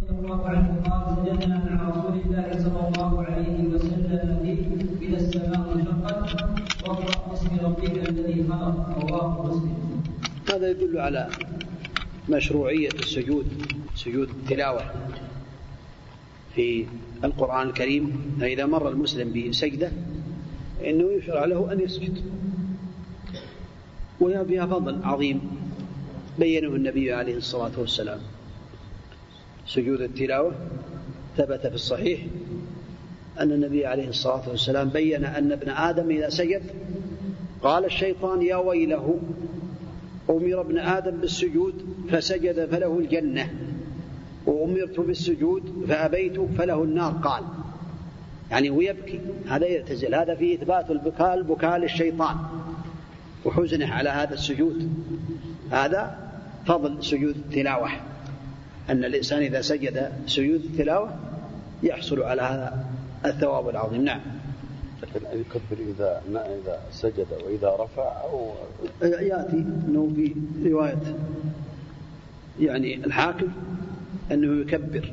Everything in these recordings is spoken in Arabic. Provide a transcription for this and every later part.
الله عنه قال سجدنا مع رسول الله صلى الله عليه وسلم إذا السماء انشقت واقرأ باسم ربك الذي خلق. رواه مسلم. هذا يدل على مشروعية السجود، سجود التلاوة في القرآن الكريم. فإذا مر المسلم بسجدة إنه يشرع له أن يسجد، وهي فيها فضل عظيم بينه النبي عليه الصلاة والسلام. سجود التلاوة ثبت في الصحيح أن النبي عليه الصلاة والسلام بين أن ابن آدم إذا سجد قال الشيطان يا ويله أمر ابن آدم بالسجود فسجد فله الجنة، وأمرت بالسجود فأبيت فله النار. قال يعني ويبكي، هذا يعتزل، هذا فيه إثبات البكاء للشيطان وحزنه على هذا السجود. هذا فضل سجود التلاوة، أن الإنسان إذا سجد سجود التلاوة يحصل على هذا الثواب العظيم. نعم. لكن يكبر إذا سجد وإذا رفع أو يأتي أنه في رواية يعني الحاكم أنه يكبر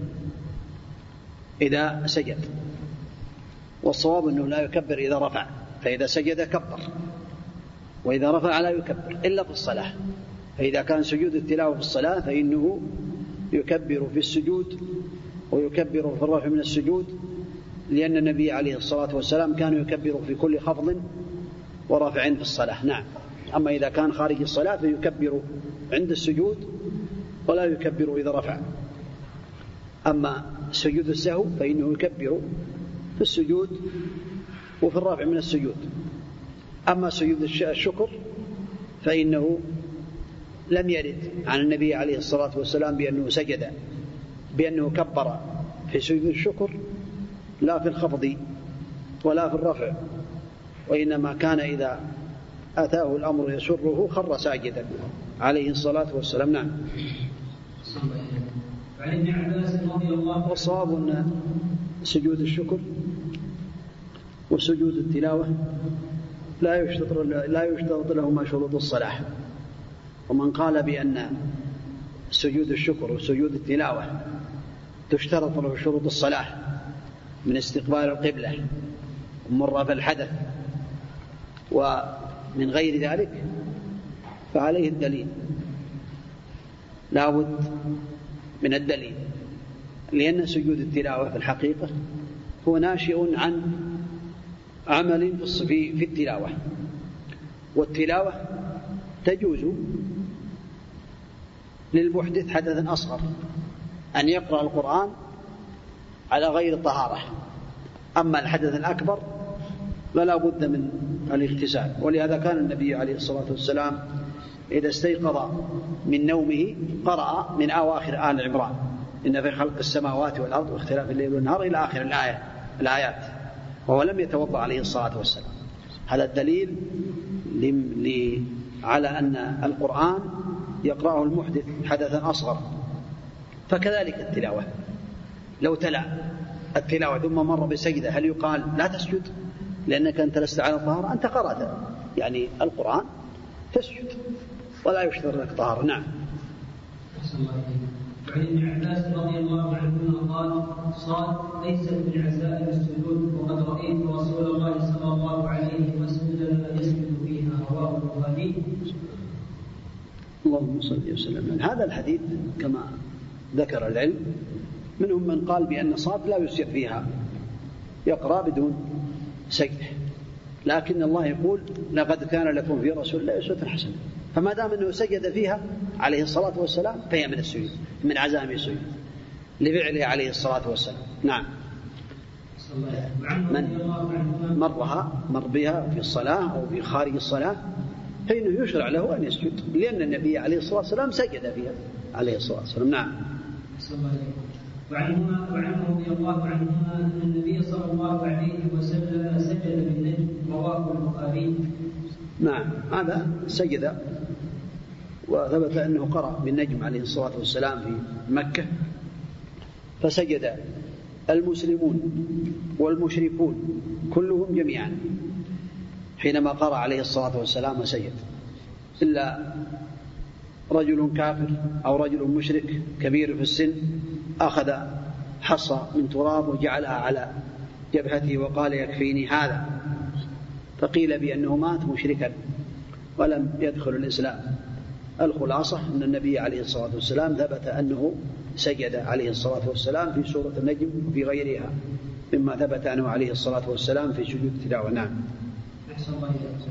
إذا سجد، والصواب أنه لا يكبر إذا رفع، فإذا سجد كبر، وإذا رفع لا يكبر إلا في الصلاة. فإذا كان سجود التلاوة في الصلاة فإنه يكبر في السجود ويكبر في الرفع من السجود، لأن النبي عليه الصلاة والسلام كان يكبر في كل خفض ورفع في الصلاة. نعم. أما إذا كان خارج الصلاة فيكبر عند السجود ولا يكبر إذا رفع. أما سجود السهو فإنه يكبر في السجود وفي الرفع من السجود. أما سجود الشكر فإنه لم يرد عن النبي عليه الصلاة والسلام بأنه كبر في سجود الشكر، لا في الخفض ولا في الرفع، وإنما كان إذا أتاه الأمر يسره خر ساجدا عليه الصلاة والسلام. نعم. والصواب أن سجود الشكر وسجود التلاوة لا يشترط لهما شروط الصلاة. ومن قال بأن سجود الشكر وسجود التلاوة تشترط له شروط الصلاة من استقبال القبلة ومن رفع الحدث ومن غير ذلك فعليه الدليل، لا بد من الدليل، لأن سجود التلاوة في الحقيقة هو ناشئ عن عمل في التلاوة، والتلاوة تجوز للمحدث حدثا أصغر أن يقرأ القرآن على غير طهارة. أما الحدث الأكبر فلا بد من الاغتسال، ولهذا كان النبي عليه الصلاة والسلام إذا استيقظ من نومه قرأ من أواخر آل عمران إن في خلق السماوات والأرض واختلاف الليل والنهار إلى آخر الآيات، وهو لم يتوضأ عليه الصلاة والسلام. هذا الدليل على أن القرآن يقرأه المحدث حدثا أصغر. فكذلك التلاوة، لو تلا التلاوة ثم مر بسجدة هل يقال لا تسجد لأنك أنت لست على طهارة؟ أنت قرأت يعني القرآن تسجد ولا يشترط لك طهارة. نعم. وعن ابن عباس رضي الله عنهما قال صاد ليس من عزائم السجود وقد رأيت رسول الله صلى الله عليه وسلم يسجد فيها. رواه البخاري. اللهم صل وسلم. هذا الحديث كما ذكر العلم منهم من قال بأن صاد لا يسجد فيها، يقرأ بدون سجده، لكن الله يقول لقد كان لكم في رسول الله أسوة حسنة، فما دام أنه سجد فيها عليه الصلاة والسلام فهي من السجود، من عزائم السجود لفعله عليه الصلاة والسلام. نعم. من مر بها في الصلاة أو في خارج الصلاة فإنه يشرع له أن يسجد، لأن النبي عليه الصلاة والسلام سجد فيها عليه الصلاة والسلام. نعم. وعنه رضي الله عنهما أن النبي صلى الله عليه وسلم سجد بالنجم. رواه البخاري. نعم. هذا سجد، وثبت أنه قرأ بالنجم عليه الصلاة والسلام في مكة، فسجد المسلمون والمشركون كلهم جميعا حينما قرأ عليه الصلاة والسلام وسجد، إلا رجل كافر أو رجل مشرك كبير في السن أخذ حصى من تراب وجعلها على جبهته وقال يكفيني هذا، فقيل بأنه مات مشركا ولم يدخل الإسلام. الخلاصة أن النبي عليه الصلاة والسلام ثبت أنه سجد عليه الصلاة والسلام في سورة النجم وفي غيرها مما ثبت عنه عليه الصلاة والسلام في سجود التلاوة. نعم. أحسن الله إليك.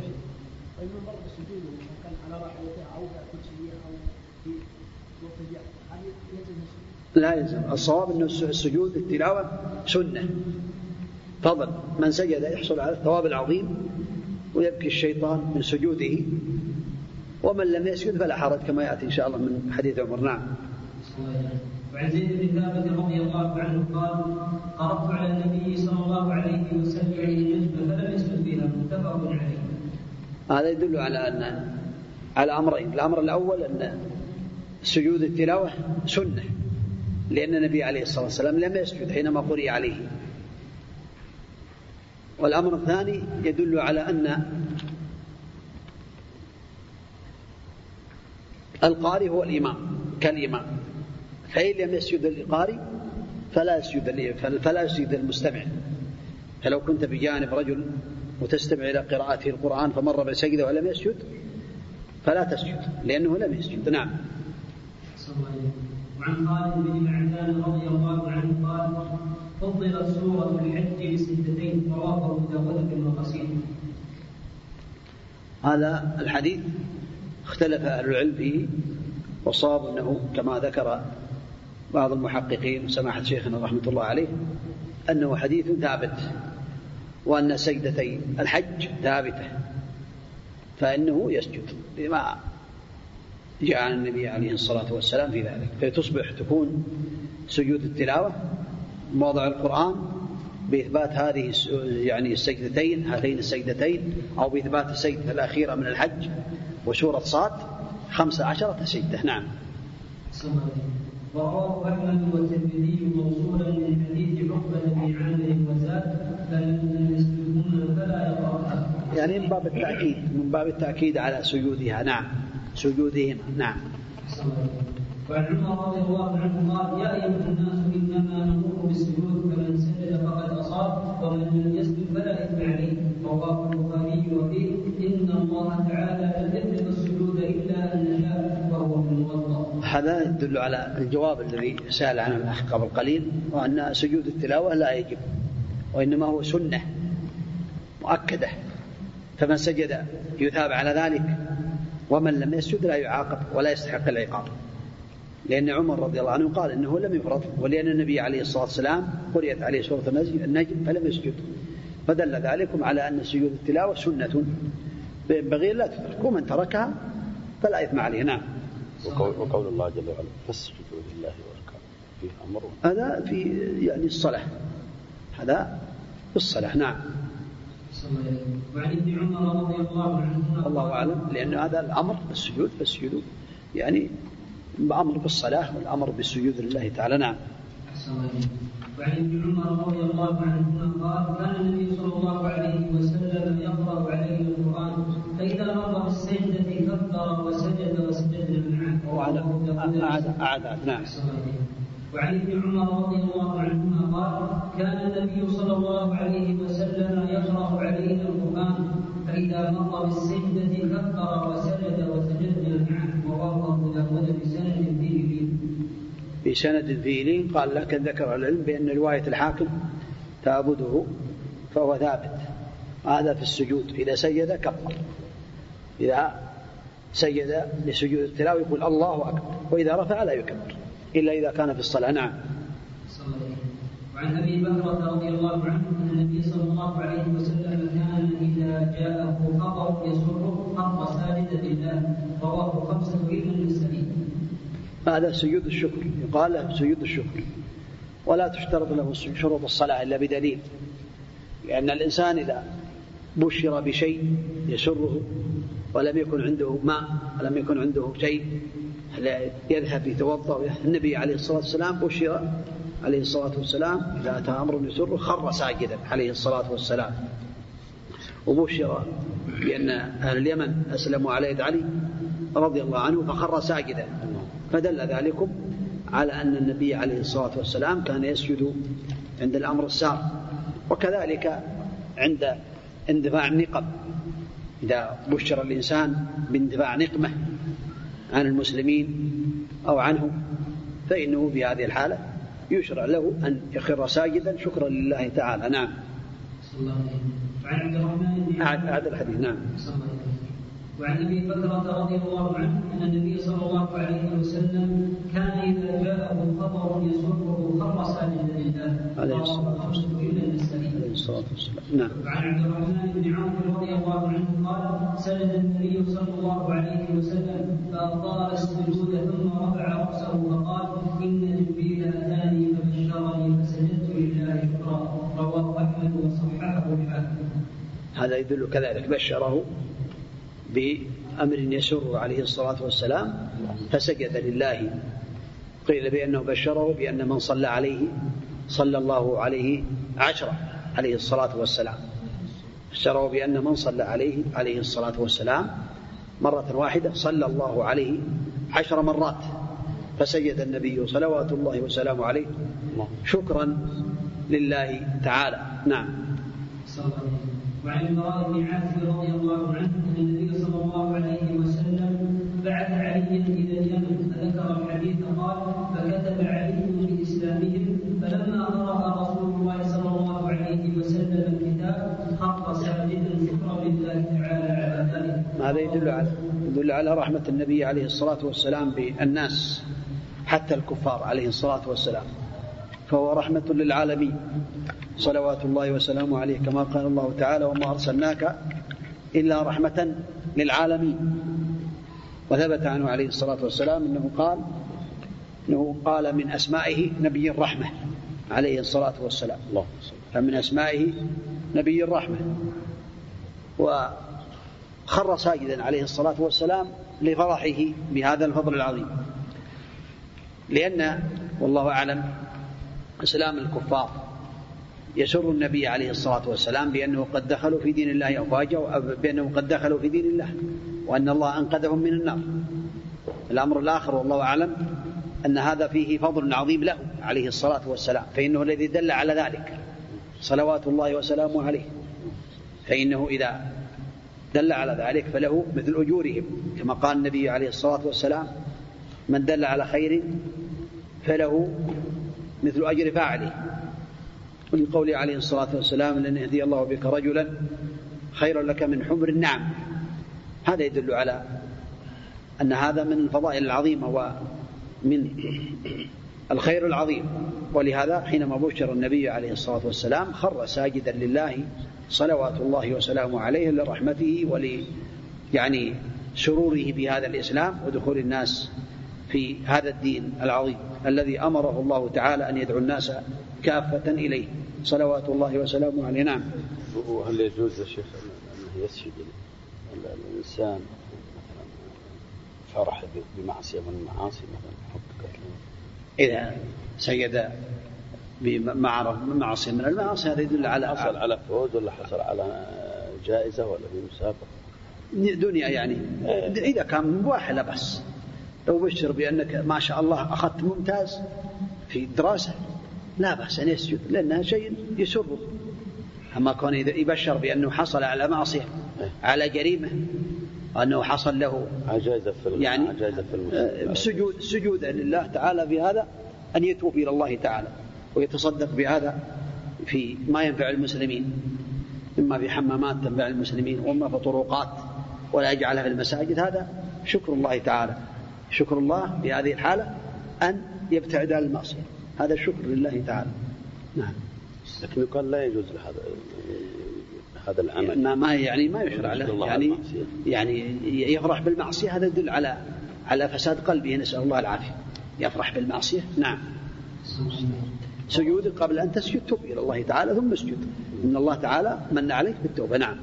لا يلزم. الصواب أن السجود التلاوة سنة فضل، من سجد يحصل على الثواب العظيم ويبكي الشيطان من سجوده، ومن لم يسجد فلا حرج كما يأتي إن شاء الله من حديث عمر. نعم. وعن زيد بن ثابت رضي الله عنه قال قرأت على النبي صلى الله عليه وسلم النجم فلم يسجد فيها، متفق عليه. هذا يدل على أمرين. الأمر الأول أن سجود التلاوة سنة لأن النبي عليه الصلاة والسلام لم يسجد حينما قرئ عليه. والأمر الثاني يدل على أن القارئ هو الإمام كالإمام، فإن لم يسجد القارئ فلا يسجد المستمع. فلو كنت بجانب رجل وتستمع إلى قراءته القرآن فمر بسجده ولم يسجد فلا تسجد لأنه لم يسجد. نعم. وعن خالد بن معدان رضي الله عنه قال فضلت سورة الحج بسجدتين، رواه أبو داود في المقاصيد. هذا الحديث اختلف أهل العلم فيه، وصاب أنه كما ذكر بعض المحققين وسماحة شيخنا رحمة الله عليه أنه حديث ثابت، وأن سجدتي الحج ثابتة، فإنه يسجد بما جاء عن النبي عليه الصلاة والسلام في ذلك، فتصبح تكون سجود التلاوة موضع القرآن بإثبات هذه يعني السجدتين، هاتين السجدتين، أو بإثبات السجدة الأخيرة من الحج وسورة صاد 15 سجدة. نعم. ورواه أحمد والترمذي موصولا من حديث عقبة بن عامر وزاد فمن يسجدهن فلا يقرأها، يعني من باب التأكيد على سجودها. نعم. سجودهما. نعم. وعن عمر رضي الله عنه قال يا أيها الناس إنما نمر بالسجود فمن سجد فقد أصاب ومن لم يسجد فلا إثم عليه، رواه البخاري وفيه إن الله تعالى لم يفرض السجود إلا أن نشاء وهو في الموضع. هذا يدل على الجواب الذي سأل عنه الأخ قبل قليل، وأن سجود التلاوة لا يجب وإنما هو سنة مؤكدة، فمن سجد يثاب على ذلك ومن لم يسجد لا يعاقب ولا يستحق العقاب، لأن عمر رضي الله عنه قال إنه لم يفرض، ولأن النبي عليه الصلاة والسلام قرئت عليه سورة النجم فلم يسجد، فدل ذلكم على أن سجود التلاوة سنة بغير لا تترك، ومن تركها فلا إثم عليه. نعم. وقول الله جل وعلا فاسجدوا لله واركعوا فيه أمر، هذا في يعني الصلاة، هذا في الصلاة. نعم. وعن ابن عمر رضي الله عنهما الله أعلم، لأن هذا الأمر بالسجود فالسجود يعني بأمر بالصلاة والأمر بالسجود لله تعالى. نعم. وعن ابن عمر رضي الله عنهما قال كان النبي صلى الله عليه وسلم يقرأ عليه القرآن فإذا مر بالسجدة كبر وسجد وسجدنا معه. أعاد. نعم. وعن ابن عمر رضي الله عنهما قال كان النبي صلى الله عليه وسلم يقرأ علينا القرآن فإذا مر بالسجدة كبر وسجد وسجدنا معه، رواه أبو داود بسند فيه لين. قال لكن ذكر العلم بأن رواية الحاكم تعبده فهو ثابت، هذا في السجود إذا سجد كبر، إذا سجد لسجود التلاوة يقول الله أكبر، وإذا رفع لا يكبر إلا إذا كان في الصلاة. نعم. وعن أبي بكرة رضي الله عنه أن النبي صلى الله عليه وسلم كان إذا جاءه خبر يسره خر ساجدا لله، رواه 5 إلا النسائي. هذا سجود الشكر، يقال له سجود الشكر، ولا تشترط له شروط الصلاة إلا بدليل، لأن الإنسان إذا بشر بشيء يسره ولم يكن عنده ماء ولم يكن عنده شيء يذهب يتوضأ. النبي عليه الصلاة والسلام بشر عليه الصلاة والسلام إذا أتى أمر يسره خر ساجدا عليه الصلاة والسلام، وبشر بأن أهل اليمن أسلموا على يد علي رضي الله عنه فخر ساجدا، فدل ذلكم على أن النبي عليه الصلاة والسلام كان يسجد عند الأمر السار. وكذلك عند اندفاع النقم، إذا بشر الإنسان باندفاع نقمة عن المسلمين أو عنه فإنه في هذه الحالة يشرع له أن يخر ساجدا شكرا لله تعالى. نعم. أعد الحديث. نعم. وعن أبي بكرة رضي الله عنه أن النبي صلى الله عليه وسلم كان إذا جاءه خبر يسره خر ساجدا لله عليه الصلاة والسلام. نعم. وعن عبد الرحمن بن عوف رضي الله عنه قال سجد النبي صلى الله عليه وسلم فأطال السجود ثم رفع رأسه فقال إن جبريل أتاني فبشرني فسجدت لله شكرا. رواه أحمد وصححه الحاكم. هذا يدل كذلك بشره بأمر يسر عليه الصلاة والسلام فسجد لله. قيل بأنه بشره بأن من صلى عليه صلى الله عليه 10 عليه الصلاة والسلام. بشره بأن من صلى عليه الصلاة والسلام مرة واحدة صلى الله عليه 10 مرات، فسجد النبي صلوات الله وسلامه عليه شكرا لله تعالى. نعم. وعن البراء بن عازب رضي الله عنه أن النبي صلى الله عليه وسلم بعث عليا إلى اليمن فذكر الحديث قال فكتب علي بإسلامهم فلما قرأ رسول الله صلى الله عليه وسلم الكتاب خر ساجدا شكرا لله تعالى على ذلك. هذا يدل على رحمة النبي عليه الصلاة والسلام بالناس حتى الكفار عليه الصلاة والسلام، فهو رحمة للعالمين صلوات الله وسلامه عليه، كما قال الله تعالى وما أرسلناك إلا رحمة للعالمين. وثبت عنه عليه الصلاة والسلام أنه قال من أسمائه نبي الرحمة عليه الصلاة والسلام، فمن أسمائه نبي الرحمة. وخر ساجدا عليه الصلاة والسلام لفرحه بهذا الفضل العظيم، لأن والله أعلم إسلام الكفار يسر النبي عليه الصلاة والسلام بأنه قد دخلوا في دين الله أفواجا، بأنه قد دخلوا في دين الله وأن الله أنقذهم من النار. الأمر الآخر والله أعلم أن هذا فيه فضل عظيم له عليه الصلاة والسلام، فإنه الذي دل على ذلك صلوات الله وسلامه عليه، فإنه إذا دل على ذلك فله مثل أجورهم، كما قال النبي عليه الصلاة والسلام من دل على خير فله مثل أجر فاعله. ولقوله عليه الصلاة والسلام لن يهدي الله بك رجلا خير لك من حمر النعم. هذا يدل على أن هذا من الفضائل العظيمة ومن الخير العظيم. ولهذا حينما بشر النبي عليه الصلاة والسلام خر ساجدا لله صلوات الله وسلامه عليه لرحمته يعني سروره بهذا الإسلام ودخول الناس في هذا الدين العظيم الذي أمره الله تعالى أن يدعو الناس كافة إليه صلوات الله وسلامه عليه. نعم. وهل يجوز يا شيخ أنه يسجد الإنسان مثلا فرح بمعصية من المعاصي مثلا حب قتل؟ إذا سجد بمعصية من المعاصي هذا يدل على حصل على فوز ولا حصل على جائزة ولا في مسابقة دنيا يعني. إذا كان مباح لا بس، لو بشر بأنك ما شاء الله أخذت ممتاز في الدراسة لا بأس أن يسجد لأنها شيء يسره. أما كون يبشر بأنه حصل على معصية على جريمة أنه حصل له يعني سجود لله تعالى بهذا أن يتوب إلى الله تعالى ويتصدق بهذا في ما ينفع المسلمين، إما في حمامات تنفع المسلمين وإما في طرقات، ولا يجعلها في المساجد. هذا شكر الله تعالى، شكر الله في هذه الحالة أن يبتعد عن المعصية، هذا شكر لله تعالى. نعم. لكن يقال لا يجوز هذا العمل ما يشرع له يعني يفرح بالمعصية، هذا يدل على فساد قلبه، نسأل الله العافية. يفرح بالمعصية. نعم. سجود قبل أن تسجد توب إلى الله تعالى ثم اسجد، إن الله تعالى من عليك بالتوبة. نعم.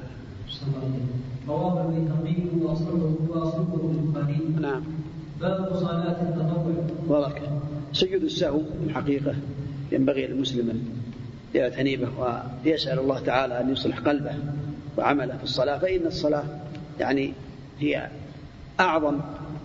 نعم. باب صلاة التطوع. ولك سجود السهو الحقيقة ينبغي للمسلم أن يعتني به ويسأل الله تعالى أن يصلح قلبه وعمله في الصلاة، فإن الصلاة يعني هي أعظم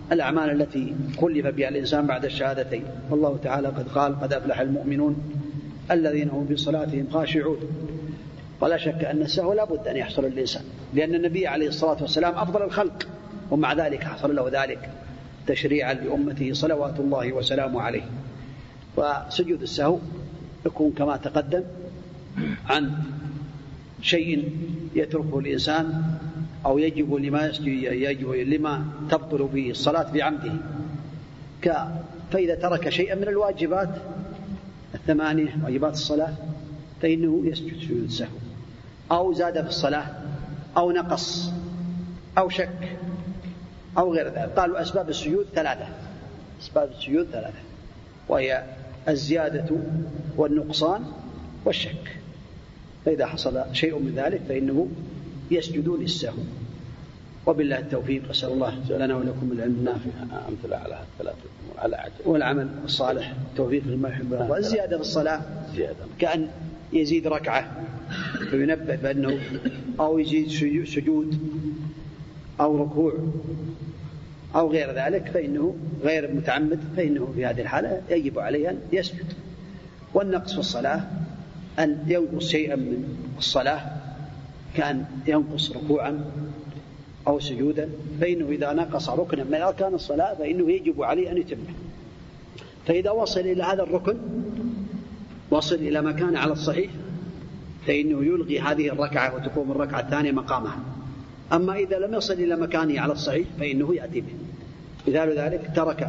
الأعمال التي كلف بها الإنسان بعد الشهادتين. والله تعالى قد قال: قد أفلح المؤمنون الذين هم في صلاتهم خاشعون. ولا شك أن السهو لا بد أن يحصل للإنسان، لأن النبي عليه الصلاة والسلام أفضل الخلق، ومع ذلك حصل له ذلك تشريعا لأمته صلوات الله وسلامه عليه. وسجود السهو يكون كما تقدم عن شيء يتركه الإنسان أو يجب لما تبطل به الصلاة بعمده، فإذا ترك شيئا من الواجبات 8 واجبات الصلاة فإنه يسجد سجود السهو، أو زاد في الصلاة أو نقص أو شك أو غير ذلك. قالوا أسباب السجود 3، أسباب السجود 3، وهي الزيادة والنقصان والشك. فإذا حصل شيء من ذلك فإنه يسجد للسهو. وبالله التوفيق، أسأل الله لنا ولكم العلم النافع. أمثلة على الثلاثة على عجل والعمل الصالح، التوفيق لما يحب الله. والزيادة في الصلاة كأن يزيد ركعة فينبه بأنه، أو يزيد سجود أو ركوع أو غير ذلك، فإنه غير متعمد، فإنه في هذه الحالة يجب عليه أن يسجد. والنقص في الصلاة أن ينقص شيئا من الصلاة، كأن ينقص ركوعا أو سجودا، فإنه إذا نقص ركنا من أركان الصلاة فإنه يجب عليه أن يتمه. فإذا وصل إلى هذا الركن، وصل إلى مكان على الصحيح، فإنه يلغي هذه الركعة وتقوم الركعة الثانية مقامها. أما إذا لم يصل إلى مكانه على الصحيح فإنه يأتي به. مثال ذلك ترك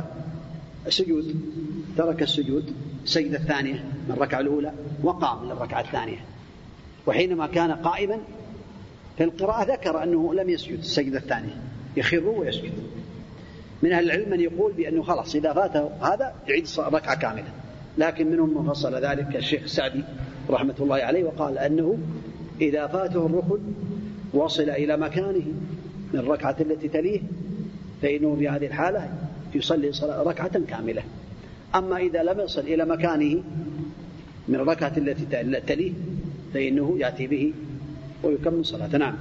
السجود السجدة الثانية من الركعة الأولى وقام للركعة الثانية، وحينما كان قائما في القراءة ذكر أنه لم يسجد السجدة الثانية، يخر ويسجد. من أهل العلم من يقول بأنه خلاص إذا فاته هذا يعيد ركعة كاملة، لكن منهم من فصل ذلك كالشيخ السعدي رحمة الله عليه، وقال أنه إذا فاته الركن وصل إلى مكانه من الركعة التي تليه فإنه في هذه الحالة يصلي ركعة كاملة. أما إذا لم يصل إلى مكانه من الركعة التي تليه فإنه يأتي به ويكمل صلاة. نعم.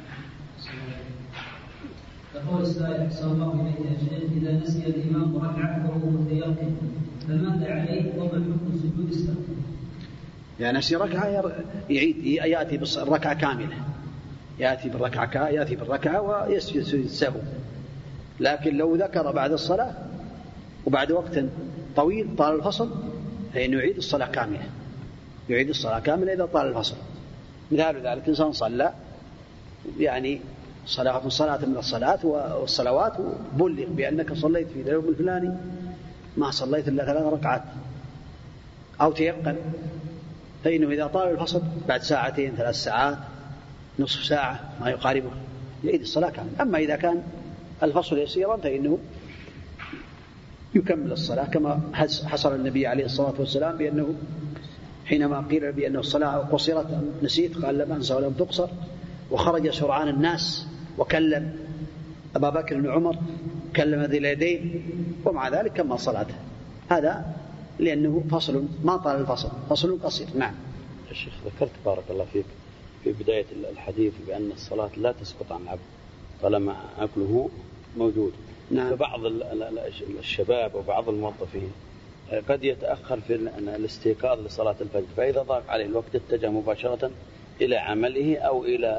فهو السائل صلى الله عليه وسلم: إذا نسي الإمام ركعة وهو متيقن فماذا عليه وما حكم سجود السهو؟ يعني نسي ركعة يعيد، يأتي بالركعة كاملة، يأتي بالركعة ويسجد سجود السهو. لكن لو ذكر بعد الصلاة وبعد وقت طويل طال الفصل فإنه يعيد الصلاة كاملة إذا طال الفصل. مثال ذلك إنسان صلى يعني صلاة من الصلاة والصلوات، وبلغ بأنك صليت في اليوم الفلاني ما صليت إلا 3 ركعات، أو تيقن، فإنه إذا طال الفصل بعد 2 3 ساعات نصف ساعة ما يقاربه يعيد الصلاة كاملة. أما إذا كان الفصل يسيرا فإنه يكمل الصلاة، كما حصل النبي عليه الصلاة والسلام بأنه حينما قيل بأن الصلاة قصرت نسيت قال لم أنسى ولم تقصر، وخرج سرعان الناس وكلم أبا بكر وعمر، كلم ذي اليدين، ومع ذلك كمل صلاته. هذا لأنه فصل ما طال الفصل، فصل قصير. نعم. يا شيخ ذكرت بارك الله فيك في بداية الحديث بأن الصلاة لا تسقط عن العبد طالما عقله موجود. نعم. فبعض الشباب وبعض الموظفين قد يتأخر في الاستيقاظ لصلاة الفجر، فإذا ضاق عليه الوقت اتجه مباشرة إلى عمله أو إلى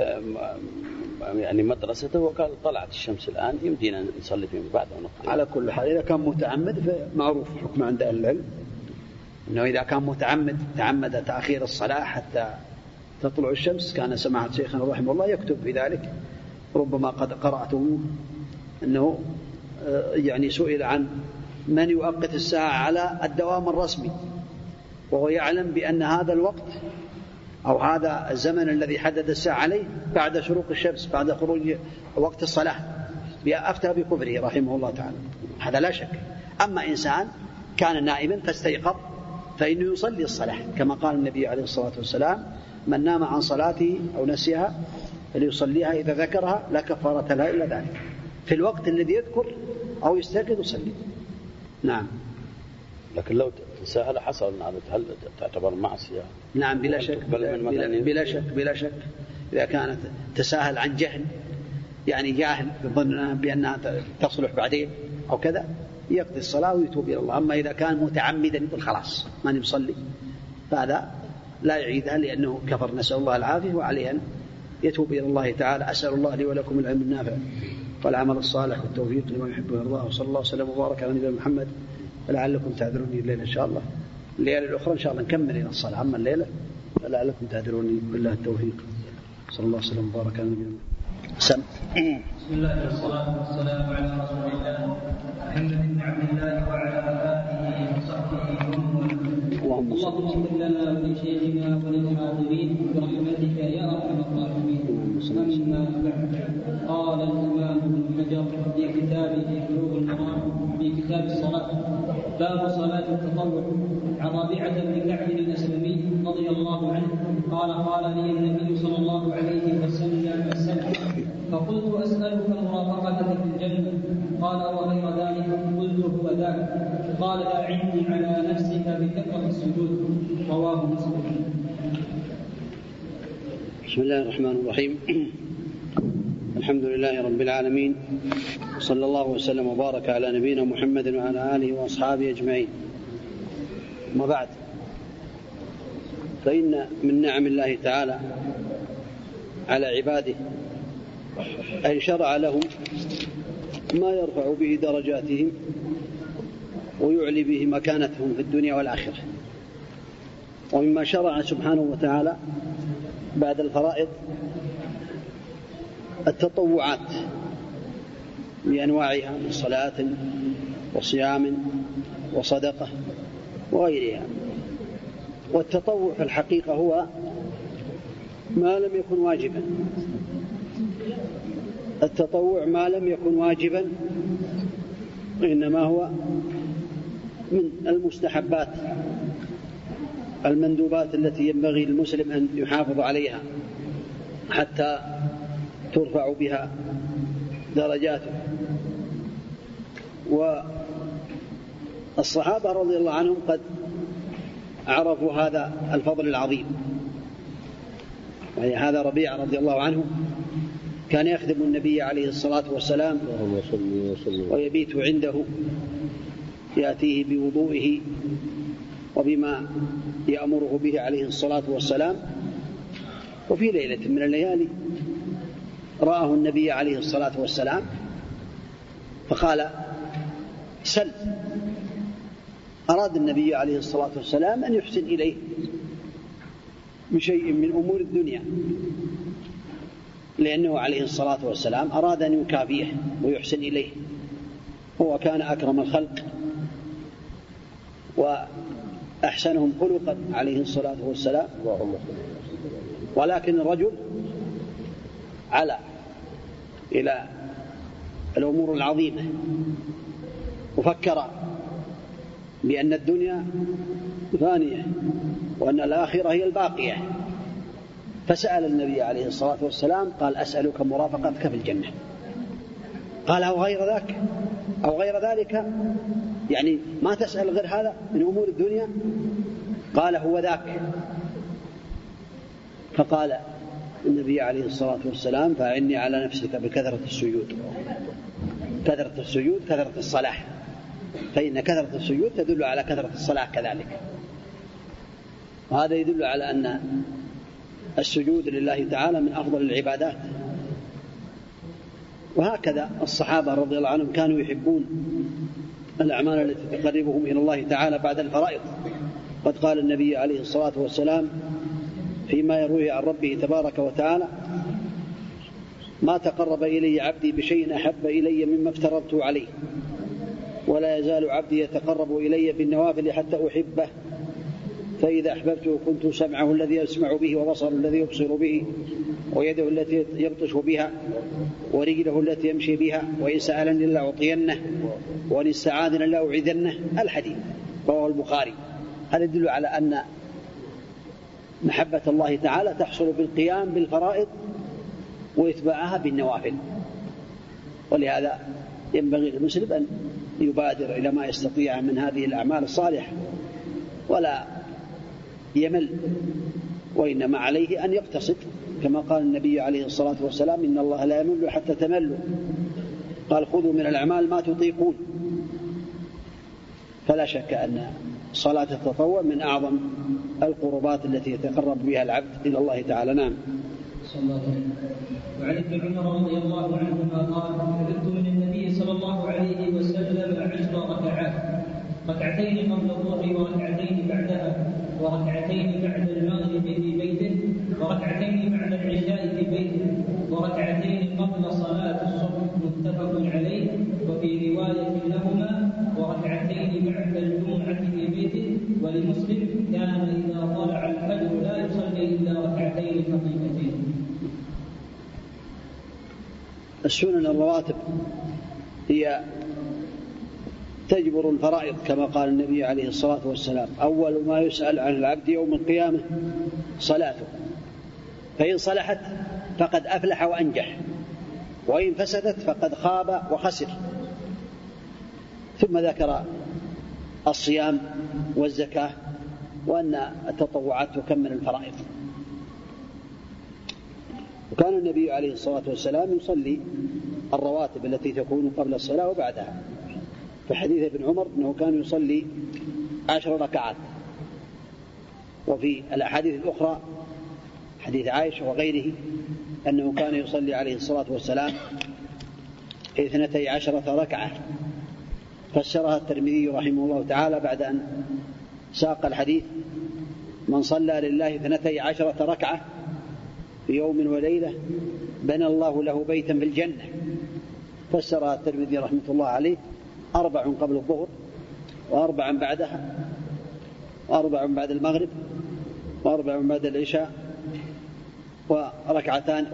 يعني مدرسته، وقال طلعت الشمس الآن يمدينا نصلي فيما بعد ونقضي. على كل حال إذا كان متعمد فمعروف حكم عند أهل العلم أنه إذا كان تعمد تأخير الصلاة حتى تطلع الشمس، كان سماحة شيخنا رحمه الله يكتب في ذلك، ربما قد قرأته أنه يعني سئل عن من يؤقت الساعة على الدوام الرسمي، وهو يعلم بأن هذا الوقت أو هذا الزمن الذي حدد الساعة عليه بعد شروق الشمس، بعد خروج وقت الصلاة، أفتى بكفره رحمه الله تعالى، هذا لا شك. أما إنسان كان نائما فاستيقظ فإنه يصلي الصلاة، كما قال النبي عليه الصلاة والسلام: من نام عن صلاته أو نسيها فليصليها إذا ذكرها لا كفارة لها إلا ذلك، في الوقت الذي يذكر أو يستيقظ يصلي. نعم. لكن لو تساهل حصل هل تعتبر معصية؟ نعم بلا شك، بلا شك إذا كانت تساهل عن جهل يعني جاهل بظن بأنها تصلح بعدين أو كذا يقضي الصلاة ويتوب إلى الله. أما إذا كان متعمدا يقول خلاص ماني مصلي فهذا لا يعيدها لأنه كفر، نسأل الله العافية، وعليه أن يتوب إلى الله تعالى. أسأل الله لي ولكم العلم النافع والعمل الصالح والتوفيق لما يحب ويرضاه، وصلى الله وسلم وبارك على نبينا محمد، ولعلكم تعذروني الليلة إن شاء الله. الليلة الأخرى إن شاء الله نكمل إلى الصلاة، أما الليلة فلعلكم تعذروني، بالله التوفيق. صلى الله وسلم وبارك على نبينا بسم الله والصلاة والسلام على رسول الله محمد بن عبد الله وعلى آله وصحبه اللهم صل لنا ولشيخنا وللحاضرين برحمتك يا أرحم الراحمين. أما بعد، قال الإمام ابن حجر في كتابه بلوغ المرام في كتاب الصلاة باب صلاة التطوع عن ربيعة بن كعب الأسلمي رضي الله عنه قال قال لي النبي صلى الله عليه وسلم فقلت أسألك مرافقتك في الجنة قال وغير ذلك؟ قلت هو ذاك. قال أعني على نفسك بكثرة السجود. رواه مسلم. بسم الله الرحمن الرحيم. الحمد لله رب العالمين، صلى الله وسلم وبارك على نبينا محمد وعلى آله وأصحابه أجمعين. ما بعد، فإن من نعم الله تعالى على عباده أن شرع لهم ما يرفع به درجاتهم ويعلي به مكانتهم في الدنيا والآخرة. ومما شرع سبحانه وتعالى بعد الفرائض التطوعات بأنواعها من صلاة وصيام وصدقة وغيرها. والتطوع في الحقيقة هو ما لم يكن واجبا. التطوع ما لم يكن واجبا إنما هو من المستحبات المندوبات التي ينبغي للمسلم أن يحافظ عليها حتى ترفع بها درجاته. والصحابة رضي الله عنهم قد عرفوا هذا الفضل العظيم. يعني هذا ربيع رضي الله عنه كان يخدم النبي عليه الصلاة والسلام ويبيت عنده، يأتيه بوضوئه وبما يأمره به عليه الصلاة والسلام. وفي ليلة من الليالي رآه النبي عليه الصلاة والسلام فقال سل. أراد النبي عليه الصلاة والسلام أن يحسن إليه بشيء من أمور الدنيا، لأنه عليه الصلاة والسلام أراد أن يكافيه ويحسن إليه، هو كان أكرم الخلق وأحسنهم خلقا عليه الصلاة والسلام. ولكن الرجل على إلى الأمور العظيمة وفكر بأن الدنيا فانية وأن الآخرة هي الباقية، فسأل النبي عليه الصلاة والسلام قال أسألك مرافقتك في الجنة. قال أو غير ذاك أو غير ذلك، يعني ما تسأل غير هذا من أمور الدنيا؟ قال هو ذاك. فقال النبي عليه الصلاة والسلام فأعني على نفسك بكثرة السجود. كثرة السجود كثرة الصلاة، فإن كثرة السجود تدل على كثرة الصلاة كذلك. وهذا يدل على أن السجود لله تعالى من أفضل العبادات. وهكذا الصحابة رضي الله عنهم كانوا يحبون الأعمال التي تقربهم إلى الله تعالى بعد الفرائض. قد قال النبي عليه الصلاة والسلام فيما يرويه عن ربه تبارك وتعالى ما تقرب إلي عبدي بشيء أحب إلي مما افترضته عليه، ولا يزال عبدي يتقرب إلي بالنوافل حتى أحبه، فإذا أحببته كنت سمعه الذي يسمع به وبصره الذي يبصر به ويده التي يبطش بها ورجله التي يمشي بها، وإن سألني لأعطينه وإن استعاذني لأعيذنه. الحديث رواه البخاري. هذا يدل على أن محبة الله تعالى تحصل بالقيام بالفرائض وإتباعها بالنوافل. ولهذا ينبغي للمسلم أن يبادر إلى ما يستطيع من هذه الأعمال الصالحة ولا يمل وإنما عليه أن يقتصد، كما قال النبي عليه الصلاة والسلام: إن الله لا يمل حتى تملوا، قال: خذوا من الأعمال ما تطيقون. فلا شك أن صلاة التطوع من أعظم القربات التي يتقرب بها العبد إلى الله تعالى. نعم. وعن ابن عمر رضي الله عنهما قال: حفظت من النبي صلى الله عليه وسلم 10 ركعات، ركعتين قبل الظهر وركعتين بعدها، وركعتين بعد المغرب في بيته، وركعتين بعد العشاء في بيته، وركعتين قبل صلاة الصبح، متفق عليه. وفي رواية لهما: وركعتين بعد الجمعة في بيته. ولمسلم: كان إذا طلع الفجر لا يصلي إلا ركعتين خفيفتين. السنن الرواتب هي تجبر الفرائض، كما قال النبي عليه الصلاة والسلام: أول ما يسأل عن العبد يوم القيامة صلاته، فإن صلحت فقد أفلح وأنجح، وإن فسدت فقد خاب وخسر. ثم ذكر الصيام والزكاة، وأن التطوعات تكمل الفرائض. وكان النبي عليه الصلاة والسلام يصلي الرواتب التي تكون قبل الصلاة وبعدها. في حديث ابن عمر أنه كان يصلي 10 ركعات. وفي الأحاديث الأخرى حديث عائشة وغيره أنه كان يصلي عليه الصلاة والسلام 12 ركعة. فسرها الترمذي رحمه الله تعالى بعد أن ساق الحديث: من صلى لله 12 ركعة في يوم وليلة بنى الله له بيتا في الجنة. فسرها الترمذي رحمه الله عليه: 4 قبل الظهر، و4 بعدها، و4 بعد المغرب، و4 بعد العشاء، وركعتان،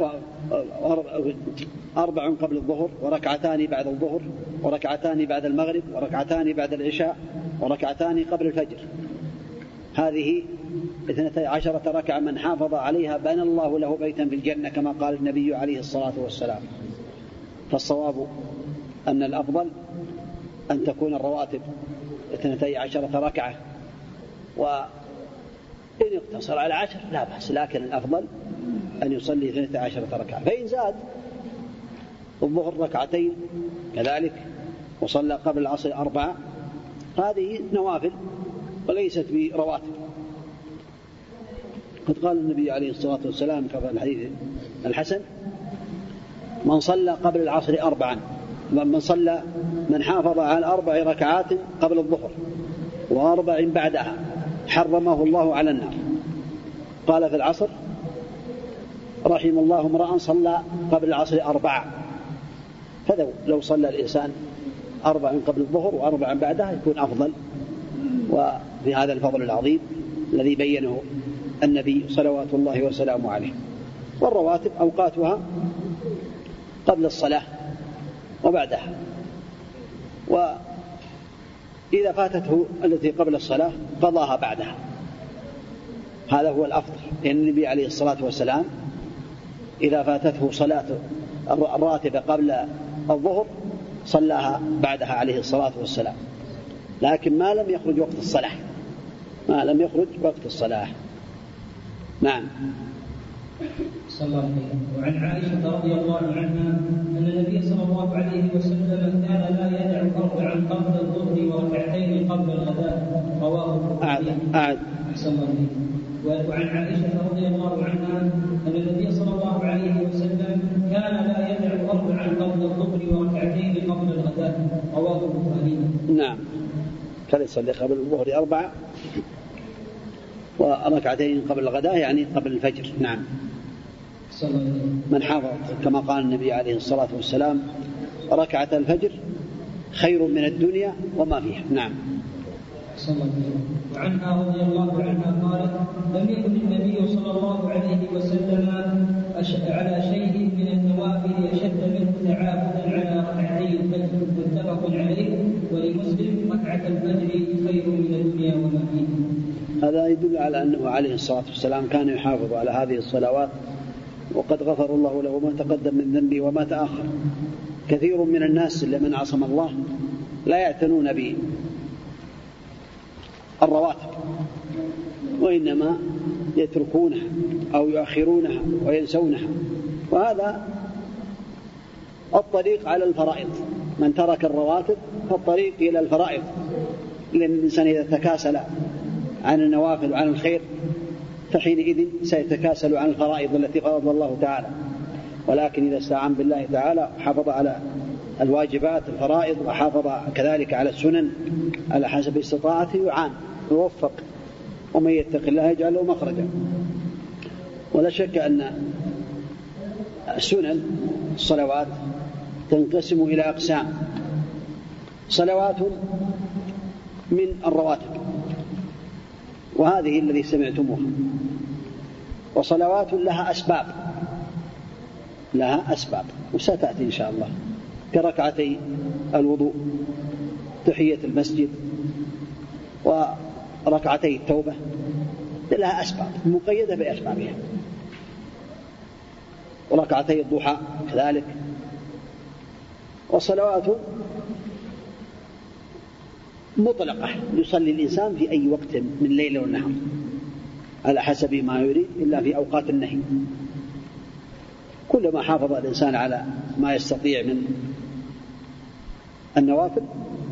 4 قبل الظهر، وركعتان بعد الظهر، وركعتان بعد المغرب، وركعتان بعد العشاء، وركعتان قبل الفجر. هذه 12 ركعة من حافظ عليها بنى الله له بيتا في الجنة، كما قال النبي عليه الصلاة والسلام. فالصواب أن الأفضل أن تكون الرواتب 12 ركعة، وإن اقتصر على 10 لا بأس، لكن الأفضل أن يصلي 12 ركعة. فإن زاد الظهر 2 ركعتين كذلك، وصلى قبل العصر 4، هذه نوافل وليست برواتب. قد قال النبي عليه الصلاة والسلام كما الحديث الحسن: من صلى قبل العصر 4، من حافظ على 4 ركعات قبل الظهر و4 بعدها حرمه الله على النار. قال في العصر: رحم الله امرأ صلى قبل العصر 4. فلو صلى الإنسان 4 قبل الظهر و4 بعدها يكون أفضل، وفي هذا الفضل العظيم الذي بينه النبي صلوات الله وسلامه عليه. والرواتب أوقاتها قبل الصلاة وبعدها، وإذا فاتته التي قبل الصلاة قضاها بعدها. هذا هو الأفضل، لأن النبي عليه الصلاة والسلام إذا فاتته صلاة الراتبة قبل الظهر صلاها بعدها عليه الصلاة والسلام، لكن ما لم يخرج وقت الصلاة، ما لم يخرج وقت الصلاة. نعم. صلى الله عليه وسلم. وعن عائشة رضي الله عنها أن النبي صلى الله عليه وسلم كان لا يدع 4 قبل الظهر وركعتين قبل الغداء، رواه أعد. وعن عائشة رضي الله عنها أن النبي صلى الله عليه وسلم كان لا يدع 4 قبل الظهر وركعتين قبل الغداء، رواه البخاري. نعم، كان يصلي قبل الظهر 4 وركعتين قبل الغداء، يعني قبل الفجر. نعم. من حافظ كما قال النبي عليه الصلاة والسلام: ركعة الفجر خير من الدنيا وما فيها. نعم. وعنها رضي الله عنها قالت: لم يكن النبي صلى الله عليه وسلم على شيء من النوافل أشد منه تعاهدا على ركعتي الفجر، متفق عليه. ولمسلم: ركعة الفجر خير من الدنيا وما فيها. هذا يدل على أنه عليه الصلاة والسلام كان يحافظ على هذه الصلوات، وقد غفر الله له ما تقدم من ذنبه وما تأخر. كثير من الناس لمن عصم الله لا يعتنون بالرواتب، وإنما يتركونها أو يؤخرونها وينسونها، وهذا الطريق على الفرائض. من ترك الرواتب فالطريق إلى الفرائض، لأن الإنسان إذا تكاسل عن النوافل وعن الخير فحينئذ سيتكاسل عن الفرائض التي فرض الله تعالى. ولكن إذا استعان بالله تعالى وحافظ على الواجبات الفرائض وحافظ كذلك على السنن على حسب استطاعته يعان ويوفق، ومن يتق الله يجعل له مخرجا. ولا شك أن السنن الصلوات تنقسم إلى أقسام: صلوات من الرواتب وهذه الذي سمعتموها، وصلوات لها أسباب وستأتي إن شاء الله كركعتي الوضوء، تحية المسجد، وركعتي التوبة، لها أسباب مقيدة بأسبابها، وركعتي الضحى كذلك. وصلوات مطلقة يصلي الإنسان في أي وقت من الليل والنهار على حسب ما يريد، إلا في أوقات النهي. كلما حافظ الإنسان على ما يستطيع من النوافل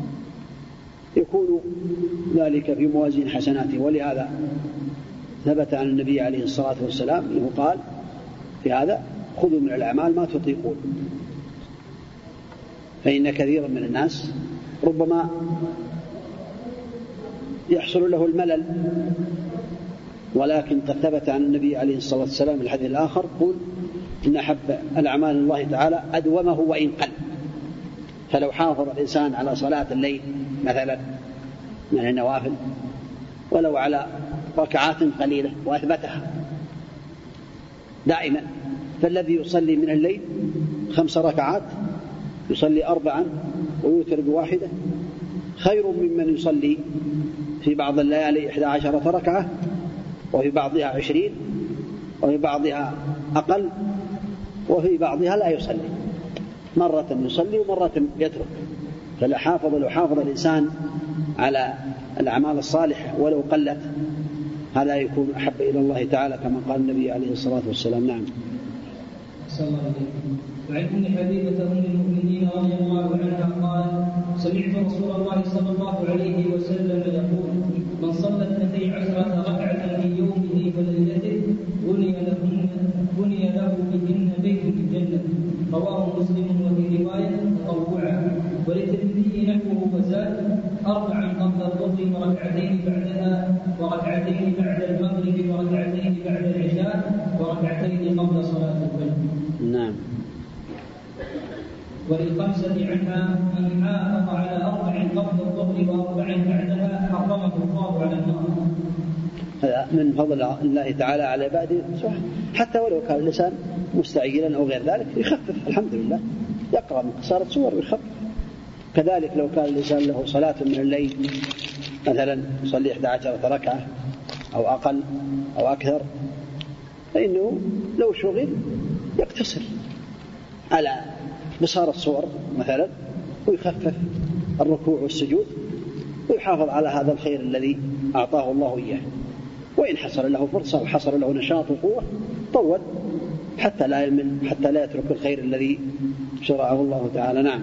يكون ذلك في موازين حسناته. ولهذا ثبت عن النبي عليه الصلاة والسلام أنه قال في هذا: خذوا من الأعمال ما تطيقون، فإن كثيرا من الناس ربما يحصل له الملل، ولكن قد ثبت عن النبي عليه الصلاة والسلام الحديث الآخر قل: إن أحب الأعمال الله تعالى أدومه وإن قل. فلو حافظ الإنسان على صلاة الليل مثلا من النوافل ولو على ركعات قليلة وأثبتها دائما، فالذي يصلي من الليل 5 ركعات يصلي 4 ويوتر ب1 خير ممن يصلي في بعض الليالي 11 ركعة وفي بعضها 20 وفي بعضها أقل وفي بعضها لا يصلي، مرة يصلي ومرة يترك. فلو حافظ الإنسان على الأعمال الصالحة ولو قلت هذا يكون أحب إلى الله تعالى كما قال النبي عليه الصلاة والسلام. نعم. وعن ابن حبيبة أم المؤمنين رضي الله عنها قال: سمعت رسول الله صلى الله عليه وسلم يقول: من صلى 12 ركعة في يومه وليلته بني له بهن بيت في الجنة. رواه مسلم وفي رواية تطوعا. وللترمذي نحوه وزاد: 4 قبل الظهر وركعتين بعدها وركعتين بعد المغرب وركعتين بعد العشاء وركعتين قبل صلاة الفجر. نعم. وللخمسة عنها: من حافظ على 4 قبل الظهر و4 بعدها حرمه الله على النار. هذا من فضل الله تعالى على عباده، حتى ولو كان الإنسان مستعجلا أو غير ذلك يخفف، الحمد لله، يقرأ من قصارى السور ويخفف. كذلك لو كان الإنسان له صلاة من الليل مثلا يصلي 11 ركعة أو أقل أو أكثر، فإنه لو شغل يقتصر على قصارى الصور مثلا ويخفف الركوع والسجود ويحافظ على هذا الخير الذي أعطاه الله إياه. وإن حصل له فرصة وحصل له نشاط وقوة طول حتى لا يمل، حتى لا يترك الخير الذي شرعه الله تعالى. نعم.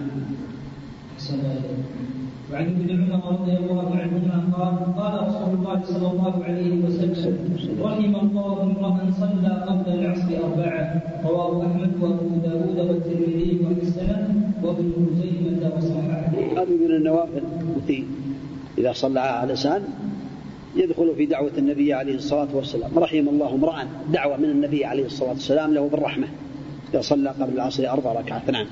وعن ابن عمر رضي الله عنهما قال رسول الله صلى الله عليه وسلم: رحم الله امرأ صلى قبل العصر 4. رواه أحمد وأبو داود والترمذي وحسنه وابن خزيمة وصححه. هذه من النوافل التي إذا صلى على الإنسان يدخل في دعوة النبي عليه الصلاة والسلام. رحم الله امرأ، دعوة من النبي عليه الصلاة والسلام له بالرحمة إذا صلى قبل العصر 4 ركعات. نعم.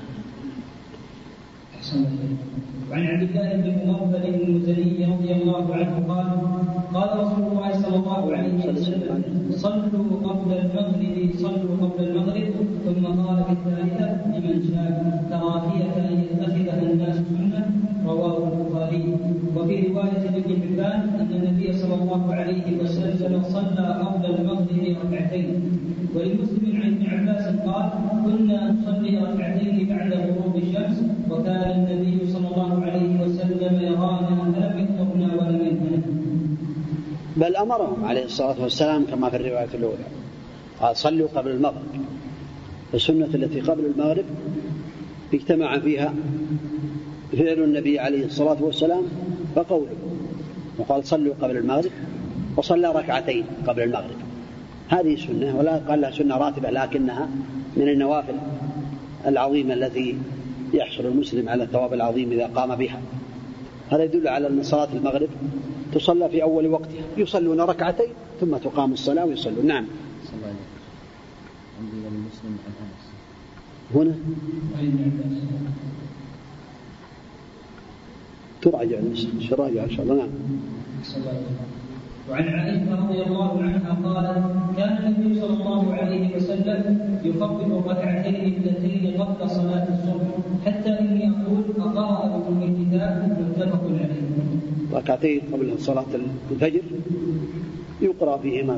وعن عبد الله بن مغفل المزني رضي الله عنه قال رسول الله صلى الله عليه وسلم: صلوا قبل المغرب ثم قال في الثالثة: لمن شاء كراهية أن يتخذها الناس سنة. رواه البخاري. وفي رواية ابن حبان أن النبي صلى الله عليه وسلم صلى قبل المغرب 2. ولمسلم عن ابن عباس قال: كنا نصلي 2 بعد غروب الشمس وكان النبي صلى الله عليه وسلم يرانا فلم يخطبنا ولم ينهنا. بل أمرهم عليه الصلاة والسلام كما في الرواية الأولى قال صلوا قبل المغرب. السنة التي قبل المغرب اجتمع فيها فعل النبي عليه الصلاة والسلام وقوله، وقال صلوا قبل المغرب وصلى ركعتين قبل المغرب. هذه سنة، ولا قال لها سنة راتبة، لكنها من النوافل العظيمة التي يحصل المسلم على الثواب العظيم إذا قام بها. هذا يدل على أن صلاة المغرب تصلى في أول وقتها، يصلون ركعتين ثم تقام الصلاة ويصلون. نعم. هنا تراجع إن شاء الله. نعم. وعن عائشة رضي الله عنها قالت كان النبي صلى الله عليه وسلم يخفف الركعتين اللتين قبل صلاة الصبح حتى إني أقول أقرأ بكم الكتاب. متفق عليه. ركعتين قبل صلاة الفجر يقرأ فيهما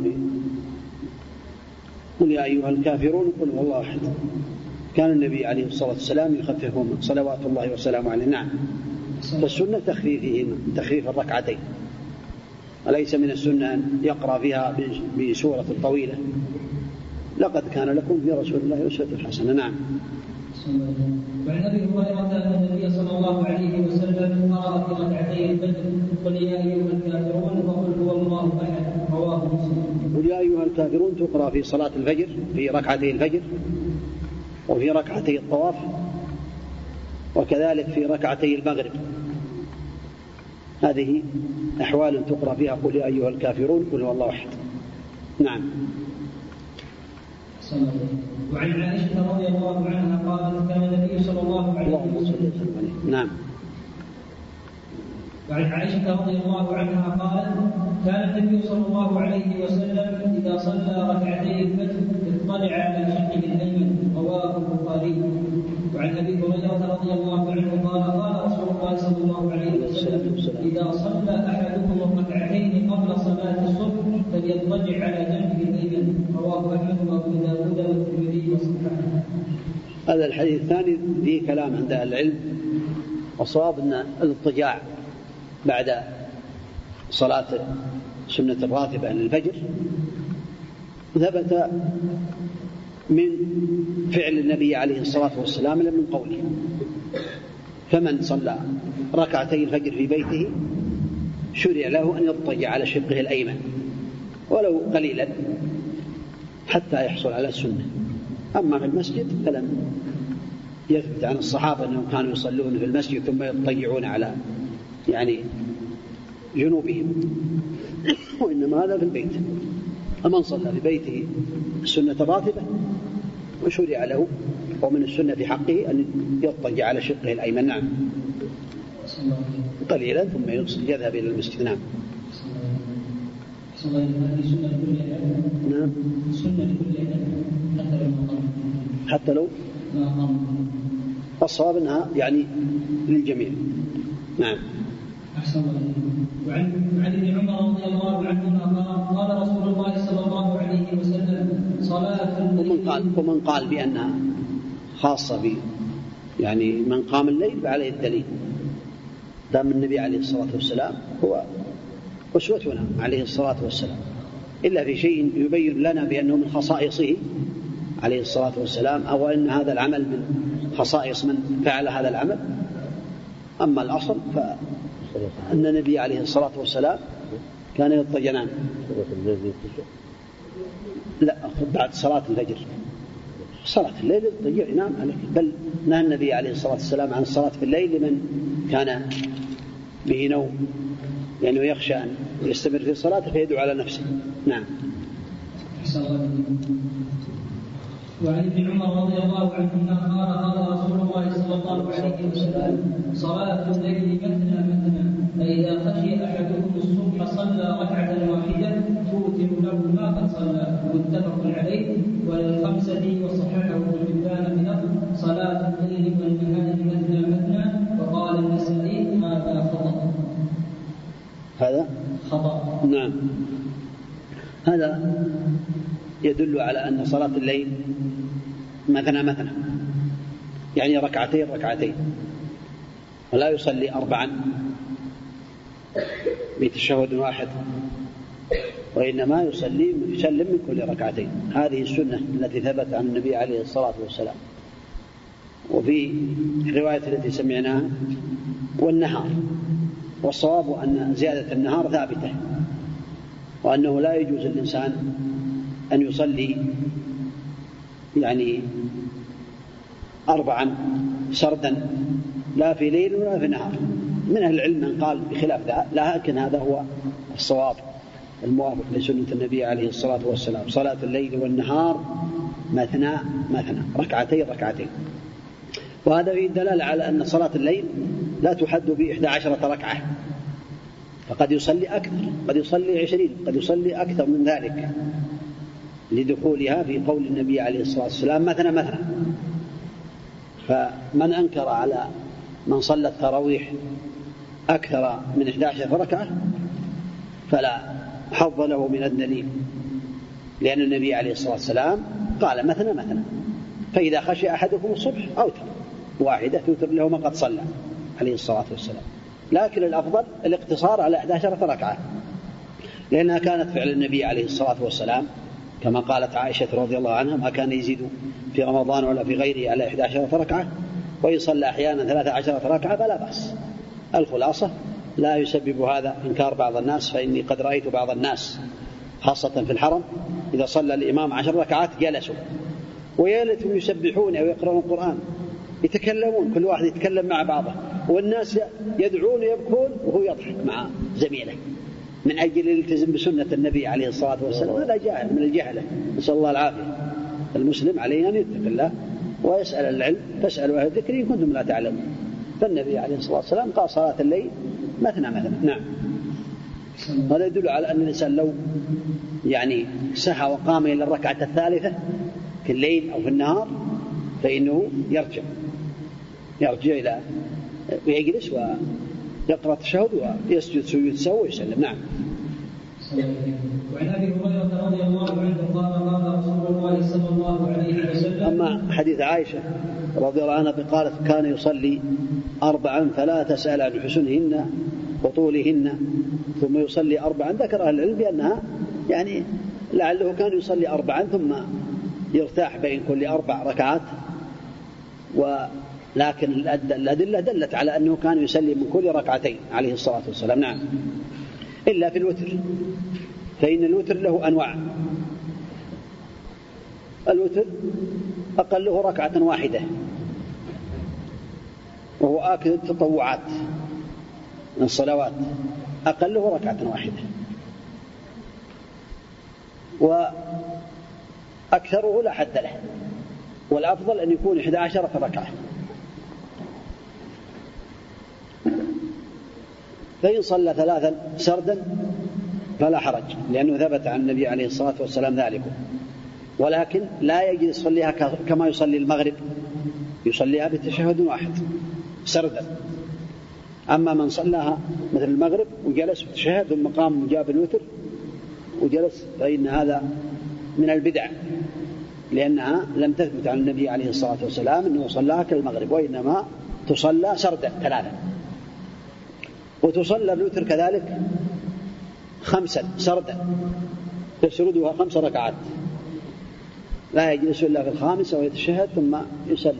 قل يا أيها الكافرون قل هو الله أحد. كان النبي عليه الصلاة والسلام يخففهما صلوات الله وسلامه عليه. نعم. فالسنة تخفيفهما، تخفيف الركعتين، وليس من السنة أن يقرأ فيها بسورة طويلة. لقد كان لكم في رسول الله أسوة حسنة. نعم. وعن أبي هريرة أن النبي صلى الله عليه وسلم قرأ في ركعتي الفجر قل يا أيها الكافرون وقل هو الله أحد. رواه مسلم. قل يا أيها الكافرون تقرأ في صلاة الفجر، في ركعتي الفجر، وفي ركعتي الطواف، وكذلك في ركعتي المغرب. هذه أحوال تقرأ فيها قل يا أيها الكافرون قل هو الله أحد. نعم. وعن عائشة رضي الله عنها قالت كان النبي صلى الله عليه وسلم. نعم. وعن عائشة رضي الله عنها قالت كان النبي صلى الله عليه وسلم إذا صلى ركعتي الفجر اطلع على شقه الأيمن. رواه البخاري. وعن أبي هريرة رضي الله عنه قال قال رسول الله صلى الله عليه وسلم إذا صلى أحدكم ركعتين قبل صلاة الصبح فليضطجع على جنبه الأيمن. رواه أحمد وأبو داود والترمذي وصححه. هذا الحديث الثاني فيه كلام عند أهل العلم، وصواب أن الاضطجاع بعد صلاة سنة الراتبة للفجر ثبت من فعل النبي عليه الصلاة والسلام لا من قوله. فمن صلى ركعتي الفجر في بيته شرع له أن يضطجع على شقه الأيمن ولو قليلا حتى يحصل على السنة. أما في المسجد فلم يثبت عن الصحابة أنهم كانوا يصلون في المسجد ثم يضطجعون على جنوبهم، وإنما هذا في البيت. فمن صلى في بيته السنة الراتبة وشرع له ومن السنة في حقه أن يضطجع على شقه الأيمن. نعم. قليلا ثم يذهب إلى المسجد. نعم. نعم. حتى لو الصواب أنها للجميع. نعم. وعن ابن عمر رضي الله عنهما قال رسول الله صلى الله عليه وسلم صلاة ومن قال بأنها خاصة من قام الليل فعليه الدليل. دام النبي عليه الصلاة والسلام هو أسوتنا عليه الصلاة والسلام، إلا في شيء يبين لنا بأنه من خصائصه عليه الصلاة والسلام، أو أن هذا العمل من خصائص من فعل هذا العمل. أما الأصل فأن النبي عليه الصلاة والسلام كان يضطجعان لا بعد صلاة الفجر. صلاة الليل يضطجع ينام عليه، بل نهى النبي عليه الصلاة والسلام عن الصلاة في الليل لمن كان به نوم، لأنه يخشى أن يستمر في صلاته فيدعو على نفسه. نعم. وعن ابن عمر رضي الله عنهما قال رسول الله صلى الله عليه وسلم صلاة الليل مثنى مثنى فإذا خشي أحدكم الصبح صلى ركعة واحدة توتر له ما قد صلى. متفق عليه. وللخمسة وصححه ابن حبان بلفظ صلاة الليل والنهار مثنى مثنى. وقال النسائي هذا خطأ. هذا خطأ. نعم. هذا يدل على أن صلاة الليل مثنى مثنى، ركعتين، ولا يصلي 4 بتشهد واحد وإنما يسلم من كل ركعتين. هذه السنة التي ثبت عن النبي عليه الصلاة والسلام. وفي الرواية التي سمعناها والنهار، والصواب أن زيادة النهار ثابتة، وأنه لا يجوز للإنسان أن يصلي يعني 4 سردا لا في ليل ولا في نهار. من أهل العلم من قال بخلاف ذلك، لكن هذا هو الصواب الموافق لسنة النبي عليه الصلاة والسلام: صلاة الليل والنهار مثنى مثنى، ركعتين. وهذا فيه دلالة على أن صلاة الليل لا تحد ب11 ركعة، فقد يصلي أكثر، قد يصلي 20، قد يصلي أكثر من ذلك، لدخولها في قول النبي عليه الصلاة والسلام مثنى. فمن أنكر على من صلى التراويح أكثر من 11 ركعة فلا حظ له من الدليل، لأن النبي عليه الصلاة والسلام قال مثنى، فإذا خشي أحدكم الصبح أوتر واحدة توتر له ما قد صلى عليه الصلاة والسلام. لكن الأفضل الاقتصار على 11 ركعة، لأنها كانت فعل النبي عليه الصلاة والسلام، كما قالت عائشة رضي الله عنها: ما كان يزيد في رمضان ولا في غيره على 11 ركعة، ويصلى أحيانا 13 ركعة فلا بأس. الخلاصة: لا يسبب هذا إنكار بعض الناس، فإني قد رأيت بعض الناس خاصة في الحرم إذا صلى الإمام 10 ركعات جلسوا ويالتهم يسبحون أو يقرؤون القرآن، يتكلمون، كل واحد يتكلم مع بعضه، والناس يدعون ويبكون وهو يضحك مع زميله من أجل يلتزم بسنة النبي عليه الصلاة والسلام. هذا جاهل من الجهلة، نسأل الله العافية. المسلم عليه أن يتق الله ويسأل العلم، فاسألوا أهل الذكر إن كنتم لا تعلمون. فالنبي عليه الصلاة والسلام قال: صلاة الليل مثنى. نعم. هذا يدل على أن الإنسان لو يعني سهى وقام إلى الركعة الثالثة في الليل أو في النهار فإنه يرجع إلى ويجلس ويقرأ التشهد ويسجد سجود سهو ويسلم. نعم. وعن أبي هريرة رضي الله عنه قال رسول الله صلى الله عليه وسلم: أما حديث عائشة رضي الله عنها قالت: كان يصلي 4 فلا تسأل عن حسنهن وطولهن ثم يصلي 4، ذكر أهل العلم بأنها يعني لعله كان يصلي 4 ثم يرتاح بين كل 4 ركعات، ولكن الأدلة دلت على أنه كان يصلي من كل ركعتين عليه الصلاة والسلام. نعم. إلا في الوتر، فإن الوتر له أنواع. الوتر أقله 1 ركعة، وهو آكد التطوعات من الصلوات، أقله 1 ركعة، وأكثره لا حد له، والأفضل أن يكون 11 ركعة. فإن صلى 3 سردا فلا حرج، لأنه ثبت عن النبي عليه الصلاة والسلام ذلك، ولكن لا يجلس يصليها كما يصلي المغرب، يصليها بالتشهد 1 سردا. أما من صلاها مثل المغرب وجلس بالتشهد ثم قام وجاب الوتر وجلس فإن هذا من البدع، لأنها لم تثبت عن النبي عليه الصلاة والسلام أنه صلاها كالمغرب، وإنما تصلى سردا 3. وتصلى الوتر كذلك 5 سردا، تسردها 5 ركعات، لا يجلس إلا في الخامسة ويتشهد ثم يسلم.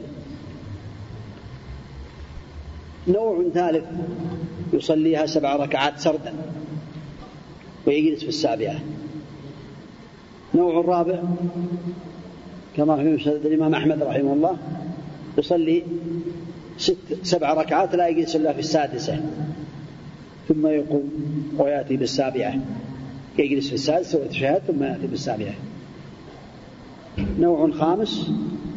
نوع ثالث يصليها 7 ركعات سردا ويجلس في 7. نوع رابع كما في مسند الإمام أحمد رحمه الله يصلي 7 ركعات لا يجلس إلا في 6 ثم يقوم ويأتي 7، يجلس في 6 ويتشهد ثم يأتي 7. نوع خامس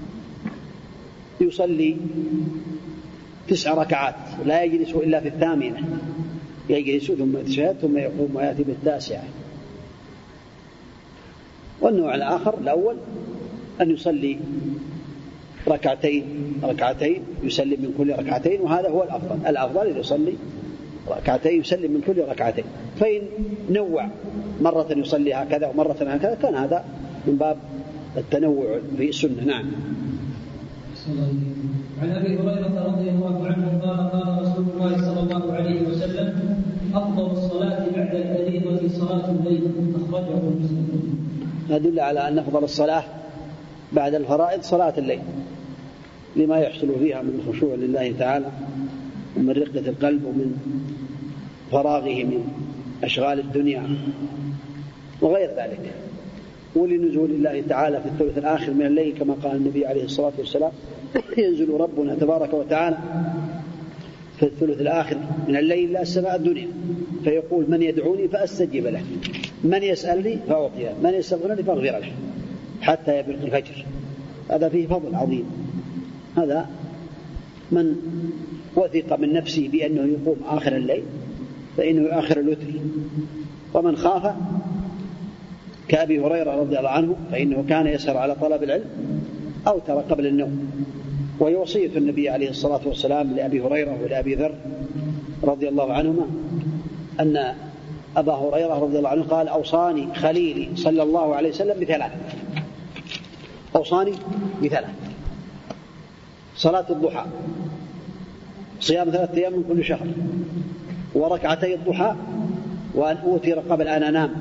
يصلي 9 ركعات لا يجلس إلا في 8، يجلس ثم يتشهد ثم يقوم ويأتي 9. والنوع الآخر الأول أن يصلي ركعتين يسلم من كل ركعتين، وهذا هو الأفضل أن يصلي 2 يسلم من كل 2. فإن نوع مرة يصلي هكذا ومرة هكذا كان هذا من باب التنوع في السنة. نعم. عن أبي هريرة رضي الله عنه قال رسول الله صلى الله عليه وسلم: أفضل الصلاة بعد الفريضة صلاة الليل، يدل على أن أفضل الصلاة بعد الفرائض صلاة الليل، لما يحصل فيها من الخشوع لله تعالى ومن رقة القلب ومن فراغه من أشغال الدنيا وغير ذلك، ولنزول الله تعالى في الثلث الآخر من الليل كما قال النبي عليه الصلاة والسلام: ينزل ربنا تبارك وتعالى في الثلث الآخر من الليل إلى السماء الدنيا فيقول: من يدعوني فأستجيب له، من يسألني فأعطيه، من يستغفرني فأغفر له، حتى يبلغ الفجر. هذا فيه فضل عظيم. هذا من وثق من نفسه بأنه يقوم آخر الليل فإنه آخر الوتر. ومن خاف كأبي هريرة رضي الله عنه فإنه كان يسهر على طلب العلم أو ترى قبل النوم. وهي وصية النبي عليه الصلاة والسلام لأبي هريرة ولأبي ذر رضي الله عنهما أن أبا هريرة رضي الله عنه قال: أوصاني خليلي صلى الله عليه وسلم بثلاث. أوصاني بثلاث: صلاة الضحى، صيام 3 أيام من كل شهر، وركعتي الضحى، وأن أوتر قبل أن أنام.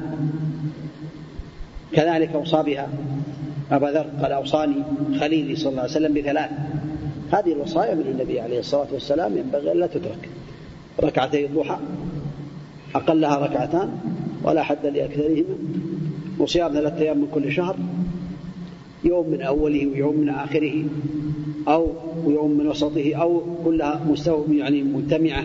كذلك أوصى بها أبا ذر قال: أوصاني خليلي صلى الله عليه وسلم بثلاث. هذه الوصايا من النبي عليه الصلاة والسلام ينبغي أن لا تترك. ركعتي الضحى أقلها 2 ركعتان ولا حد لأكثرهما، وصيام 3 أيام من كل شهر، يوم من أوله ويوم من آخره أو يوم من وسطه أو كلها مستوى يعني مجتمعة،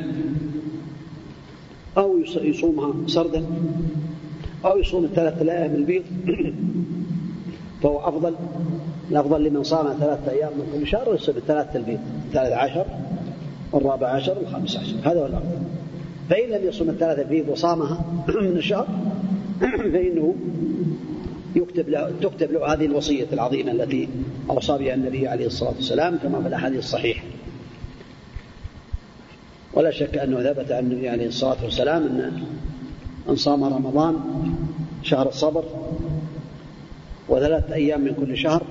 أو يصومها سردا، أو يصوم 3 أيام البيض فهو أفضل. الأفضل لمن صام 3 أيام من كل شهر ويصوم 3 البيض، 13 14 و15. هذا هو الأفضل. فإن لم يصوم 3 البيض وصامها من الشهر فإنه تكتب له هذه الوصية العظيمة التي أوصى بها النبي عليه الصلاة والسلام كما في الأحاديث الصحيحة. ولا شك أنه ثبت عن النبي عليه الصلاة والسلام أن صام رمضان شهر الصبر و3 أيام من كل شهر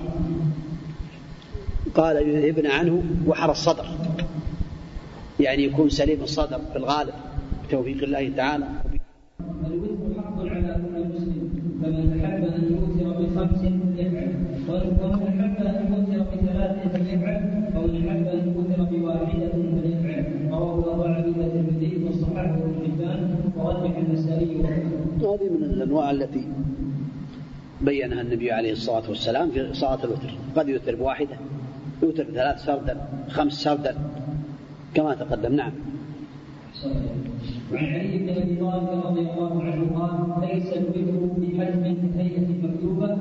قال يذهبن عنه وحر الصدر، يعني يكون سليم الصدر في الغالب بتوفيق الله تعالى. الوتر حق على كل مسلم، فمن أحب أن يوتر ب5 يفعل، ومن أحب أن يوتر ب3 فليفعل، ومن أحب أن يوتر ب1 فليفعل. رواه أبو عبيدة الترمذي وصححه ابن حبان ورجح النسائي. هذه من الأنواع التي بينها النبي عليه الصلاة والسلام في صلاة الوتر. قد يوتر ب1، يوتر ب3 سردا، 5 سردا كما تقدم. نعم. وعن علي بن ابي طالب رضي الله عنه قال: ليس الوتر بحجم هيئه مكتوبه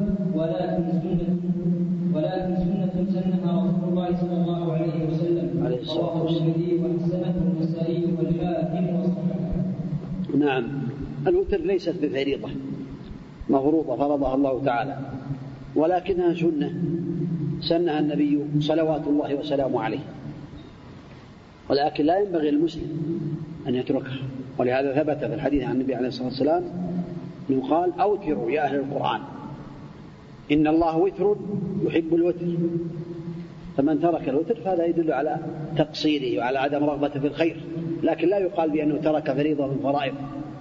ولكن سنه سنها رسول الله صلى الله عليه وسلم. رواه الترمذي وحسنه النسائي والحاكم وصححه. نعم. الوتر ليست بفريضه مفروضه فرضها الله تعالى، ولكنها سنها النبي صلوات الله وسلامه عليه، ولكن لا ينبغي المسلم أن يتركها. ولهذا ثبت في الحديث عن النبي عليه الصلاة والسلام أنه قال: أوتروا يا أهل القرآن إن الله وتر يحب الوتر. فمن ترك الوتر فهذا يدل على تقصيره وعلى عدم رغبته في الخير، لكن لا يقال بأنه ترك فريضة من فرائض.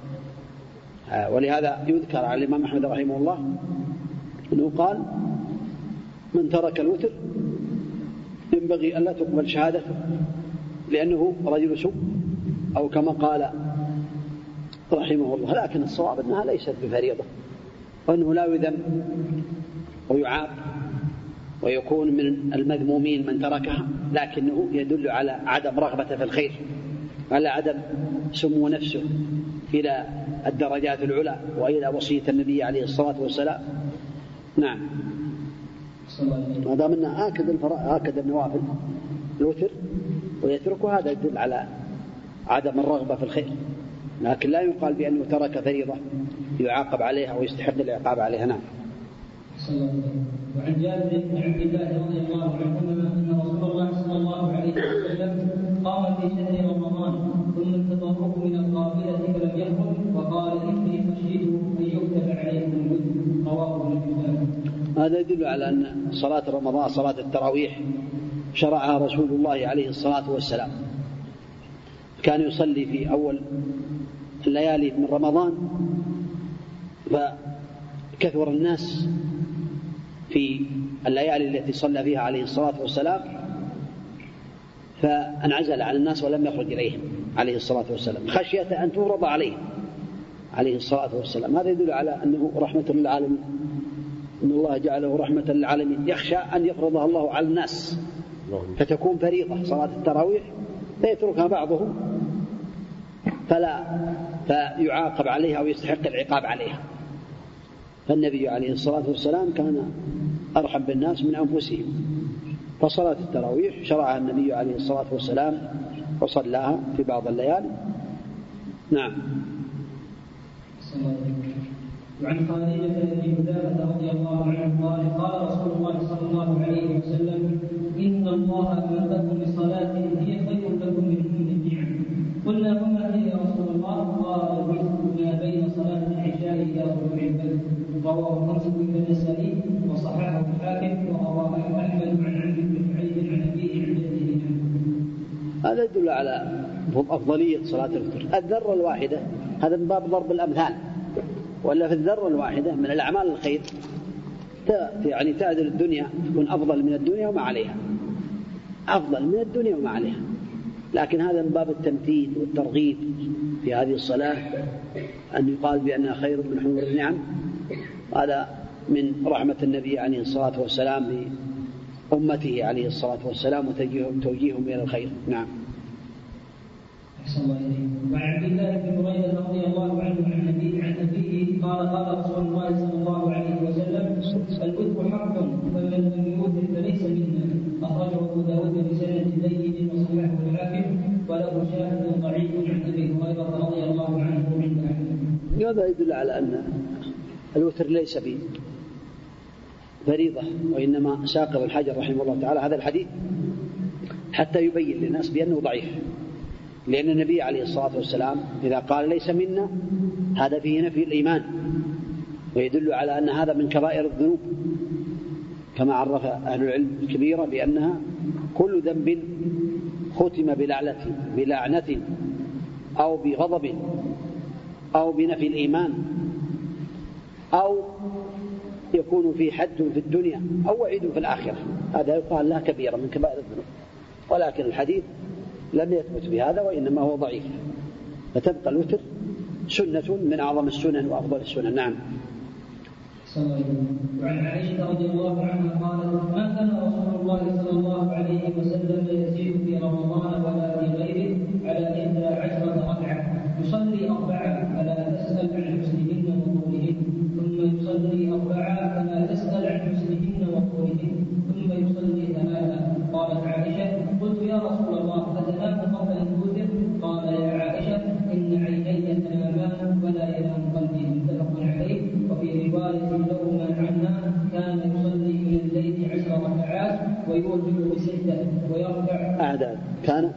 ولهذا يذكر عن الإمام أحمد رحمه الله أنه قال: من ترك الوتر ينبغي أن لا تقبل شهادته لأنه رجل سوء، أو كما قال رحمه الله. لكن الصواب أنها ليست بفريضة، وأنه لا يذم ويعاق ويكون من المذمومين من تركها، لكنه يدل على عدم رغبة في الخير، على عدم سمو نفسه إلى الدرجات العلى وإلى وصية النبي عليه الصلاة والسلام. نعم. ما دام أنه آكد النوافل الوتر ويتركه، هذا يدل على عدم الرغبة في الخير، لكن لا يقال بأنه ترك فريضة يعاقب عليها ويستحق العقاب عليها. نعم. وعن جابر بن عبد الله رضي الله عنهما أن رسول الله صلى الله عليه وسلم قام في شهر رمضان ثم انتظروه من القافلة فلم يخرج وقال: إني خشيت أن يكتب عليكم الوتر. رواه ابن حبان. هذا يدل على أن صلاة رمضان صلاة التراويح شرعها رسول الله عليه الصلاة والسلام، كان يصلي في أول الليالي من رمضان، كثر الناس في الليالي التي صلى فيها عليه الصلاة والسلام فانعزل عن الناس ولم يخرج إليهم عليه الصلاة والسلام خشية أن تفرض عليه عليه الصلاة والسلام. هذا يدل على أنه رحمة للعالمين، إن الله جعله رحمة للعالمين، يخشى أن يفرضها الله على الناس فتكون فريضة صلاة التراويح فيتركها بعضهم فيعاقب عليها أو يستحق العقاب عليها. فالنبي عليه الصلاة والسلام كان أرحم بالناس من أنفسهم، فصلاة التراويح شرعها النبي عليه الصلاة والسلام وصلاها في بعض الليالي. نعم. وعن خارجة بن حذافة رضي الله عنه قال قال رسول الله صلى الله عليه وسلم إن الله أمركم بصلاة هي خير لكم من النعم. قلنا وما هي يا رسول الله؟ قال ما بين صلاة العشاء إلى طلوع الفجر. رواه مسلم والنسائي وصححه الحاكم ورواه أحمد عن عمرو بن شعيب عن أبيه عن جده. هذا يدل على أفضلية صلاة الفجر. الذرة الواحدة هذا من باب ضرب الأمثال، ولا في الذرة الواحدة من الأعمال الخير يعني تعدل الدنيا، تكون أفضل من الدنيا وما عليها، أفضل من الدنيا وما عليها. لكن هذا من باب التمثيل والترغيب في هذه الصلاة، أن يقال بأنها خير من حمر النعم. هذا من رحمة النبي عليه الصلاة والسلام بأمته عليه الصلاة والسلام وتوجيههم إلى الخير. نعم. وعن عبد الله بن هريرة رضي الله عنه عن أبيه قال قال رسول الله صلى الله عليه وسلم الوتر حق فمن لم يوتر فليس منا. أخرجه أبو داود بسند جيد وصححه الحاكم وله شاهد ضعيف عن أبي هريرة رضي الله عنه عند أحمد. هذا يدل على أن الوتر ليس فريضة، وإنما ساق ابن حجر رحمه الله تعالى هذا الحديث حتى يبين للناس بأنه ضعيف، لأن النبي عليه الصلاة والسلام إذا قال ليس منا هذا فيه نفي الإيمان، ويدل على أن هذا من كبائر الذنوب، كما عرف أهل العلم الكبيرة بأنها كل ذنب ختم بلعنة أو بغضب أو بنفي الإيمان أو يكون في حد في الدنيا أو وعيد في الآخرة، هذا يقال لها كبيرة من كبائر الذنوب. ولكن الحديث لم يثبت بهذا وإنما هو ضعيف، فتبقى الوتر سنة من أعظم السنن وأفضل السنن. نعم. وعن عائشة رضي الله عنها قالت ما كان رسول الله صلى الله عليه وسلم يزيد في رمضان ولا في غيره على 11 ركعة، يصلي 4 فلا تسأل عن حسنهن وطولهن، ثم يصلي 4 فلا تسأل عن حسنهن وطولهن، ثم يصلي 3. قالت عائشة قلت يا رسول الله أتنام قبل أن توتر؟ قال يا عائشة إن عيني تنامان ولا ينام قلبي. متفق عليه. وفي رواية لهما عنها كان يصلي من الليل 10 ركعات ويوتر ب6 ويركع أعداد كان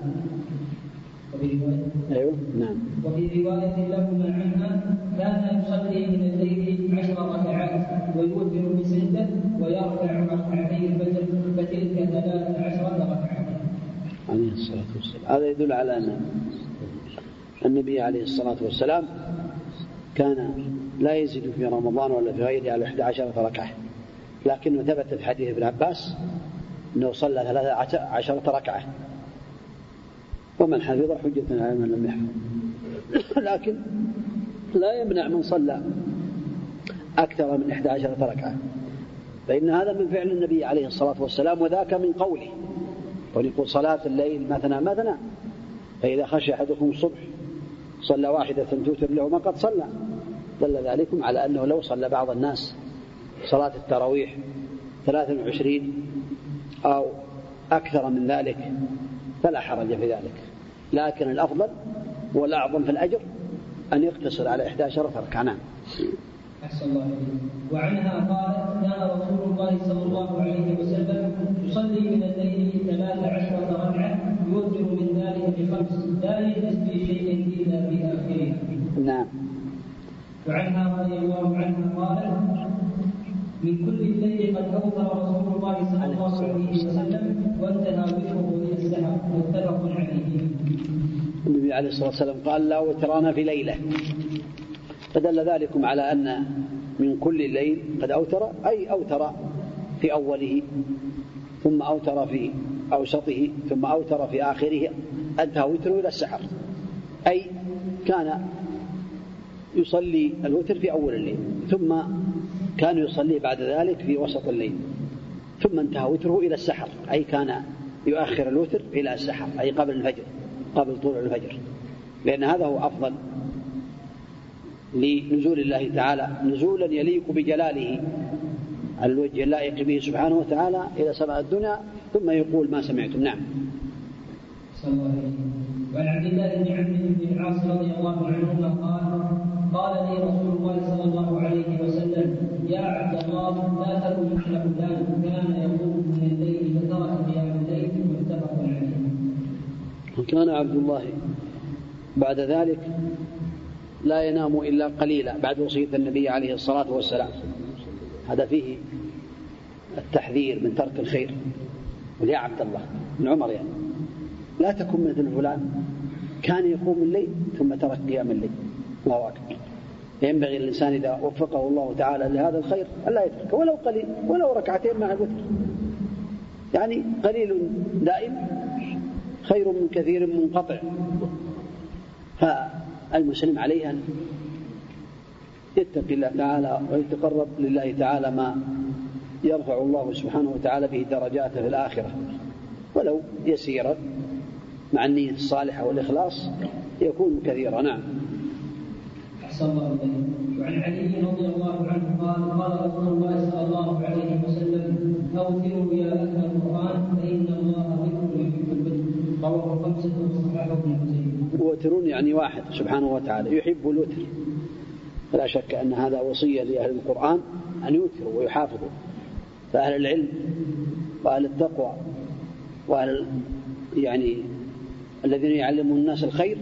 أيوه نعم. وفي رواية لهما عنها كان يصلي من الليل 10 ركعات ويوتر ب6 ويركع ركعتي الفجر فتلك 13 ركعة عليه الصلاة والسلام. هذا يدل على أن النبي عليه الصلاة والسلام كان لا يزيد في رمضان ولا في غيره على 11 ركعة، لكنه ثبت في حديث ابن عباس أنه صلى 13 ركعة، ومن حفظ حجة على من لم يحفظ. لكن لا يمنع من صلى أكثر من 11 ركعة، فإن هذا من فعل النبي عليه الصلاة والسلام، وذاك من قوله، ونقول صلاة الليل مثنى مثنى، فإذا خشي أحدكم الصبح صلى 1 توتر له ما قد صلى. دل ذلكم على أنه لو صلى بعض الناس صلاة التراويح 23 أو أكثر من ذلك فلا حرج في ذلك، لكن الأفضل والأعظم في الأجر أن يقتصر على 11 ركعة. نعم. أحسن الله عليك. وعنها قالت كان رسول الله صلى الله عليه وسلم يصلي من الليل 13 ركعة يوتر من ذلك ب5 لا يجلس في شيء إلا في آخرها. نعم. وعنها رضي الله عنها قالت من كل الليل قد أوتر رسول الله صلى الله عليه وسلم وانتهى وتره إلى السحر. متفق عليه. النبي عليه الصلاة والسلام قال لا وتران في ليلة، فدل ذلكم على أن من كل الليل قد أوتر، أي أوتر في أوله ثم أوتر في أوسطه ثم أوتر في آخره، انتهى وتره إلى السحر، أي كان يصلي الوتر في أول الليل ثم كان يصلي بعد ذلك في وسط الليل ثم انتهى وتره إلى السحر، أي كان يؤخر الوتر إلى السحر، أي قبل الفجر، قبل طلوع الفجر، لأن هذا هو أفضل لنزول الله تعالى نزولا يليق بجلاله على الوجه اللائق به سبحانه وتعالى إلى سماء الدنيا، ثم يقول ما سمعتم. نعم. صلى الله عليه وسلم. وعن عبد الله بن عمرو بن العاص رضي الله عنهما قال لي رسول الله صلى الله عليه وسلم: يا عبد الله لا تكن مثل فلان كان يقوم من الليل فترك قيام الليل. متفق عليه. وكان عبد الله بعد ذلك لا ينام إلا قليلا بعد وصية النبي عليه الصلاة والسلام. هذا فيه التحذير من ترك الخير. يا عبد الله بن عمر يعني لا تكن مثل فلان كان يقوم الليل ثم ترك قيام الليل. الله أكبر. ينبغي الإنسان إذا وفقه الله تعالى لهذا الخير ألا يتركه ولو قليل، ولو ركعتين مع الوتر، يعني قليل دائم خير من كثير منقطع. فالمسلم عليه أن يتقي الله تعالى ويتقرب لله تعالى ما يرفع الله سبحانه وتعالى به درجاته في الآخرة، ولو يسيرا مع النية الصالحة والإخلاص يكون كثيرا. نعم. أحسن الله إليك. وعن علي رضي الله عنه قال رسول الله صلى الله عليه وسلم: أوتروا يا أهل القرآن فإن الله وتر يحب الوتر. رواه خمسة وصححه ابن خزيمة. وترون يعني واحد سبحانه وتعالى يحب الوتر، فلا شك أن هذا وصية لأهل القرآن أن يوتروا ويحافظوا. فأهل العلم وأهل التقوى وأهل يعني الذين يعلمون الناس الخير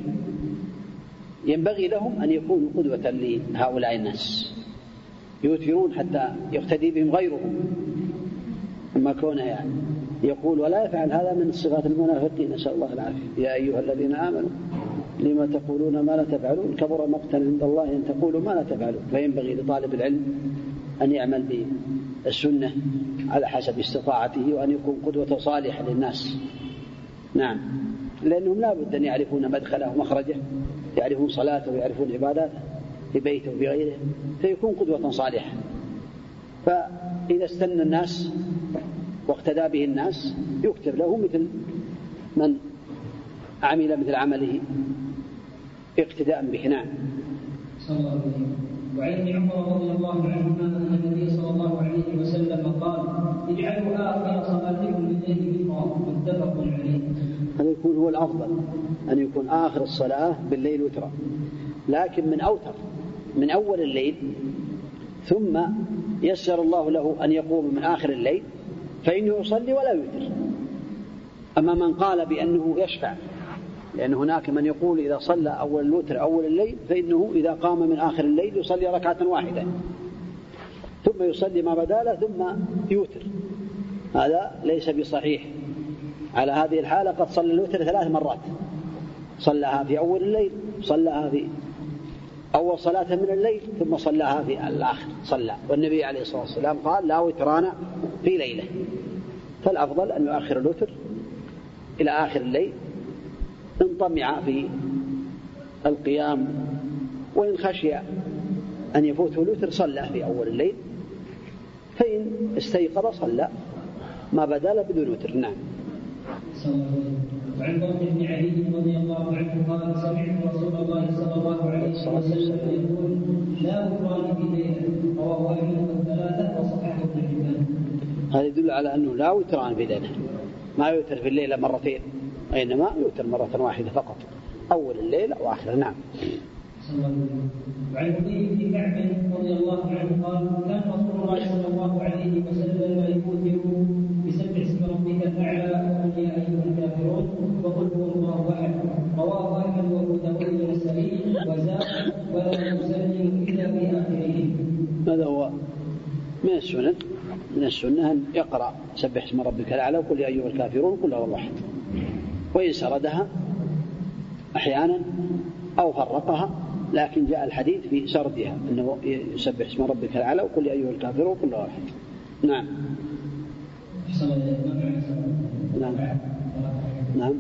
ينبغي لهم أن يكونوا قدوة لهؤلاء الناس، يوترون حتى يقتدي بهم غيرهم. أما كونه يعني يقول ولا يفعل، هذا من صفات المنافقين، نسأل الله العافية. يا أيها الذين آمنوا لما تقولون ما لا تفعلون كبر مقتا عند الله أن تقولوا ما لا تفعلون. فينبغي لطالب العلم أن يعمل بالسنة على حسب استطاعته وأن يكون قدوة صالحة للناس. نعم. لأنهم لا بد أن يعرفون مدخله ومخرجه، يعرفون صلاته ويعرفون عباداته في بيته وفي غيره، فيكون قدوة صالحة. فإذا استنى الناس واقتدى به الناس يكتب له مثل من عمل مثل عمله اقتداء به. نعم. صلى الله عليه وسلم. وعن ابن عمر رضي الله عنهما أن النبي صلى الله عليه وسلم قال: اجعلوا آخر صلاتكم بالليل وترا. متفق عليه. هذا يكون هو الأفضل، أن يكون آخر الصلاة بالليل وترا، لكن من أوتر من أول الليل ثم يسر الله له أن يقوم من آخر الليل فإنه يصلي ولا يوتر. أما من قال بأنه يشفع، لأن هناك من يقول إذا صلى أول الوتر أول الليل فإنه إذا قام من آخر الليل يصلي ركعة واحدة ثم يصلي ما بداله ثم يوتر. هذا ليس بصحيح. على هذه الحالة قد صلى الوتر 3 مرات، صلىها في أول الليل، صلىها في أول صلاة من الليل، ثم صلىها في الآخر صلى. والنبي عليه الصلاة والسلام قال: لا وتران في ليلة. فالأفضل أن يؤخر الوتر إلى آخر الليل إن طمع في القيام، وإن خشي أن يفوته الوتر صلى في أول الليل، فإن استيقظ صلى ما بدل بدون وتر. نعم. وعن طلق بن علي رضي الله عنه قال: سمعت رسول الله صلى الله عليه وسلم يقول: لا وتران في ليلة. رواه أحمد والثلاثة وصححه ابن حبان. هذا يدل على أنه لا وتران في ليلة، ما يوتر في الليلة مرتين، وإنما يوتر مرة واحدة فقط، أول الليل وآخر. نعم. وعن أبي بن كعب رضي الله عنه قال: كان رسول الله صلى الله عليه وسلم يوتر بسبح اسم ربك الأعلى وقل يا أيها الكافرون وقل هو الله أحد. رواه أحمد وأبو داود والنسائي وزاد: ولا يسلم إلا في آخره. هذا هو من السنة أن يقرأ سبح اسم ربك الأعلى وقل يا أيها الكافرون قل هو الله أحد، وإن سردها أحيانا أو فرقها لكن جاء الحديث في سردها أنه يسبح اسم ربك الأعلى وقل يا أيها الكافرون كل واحد. نعم. نعم. نعم.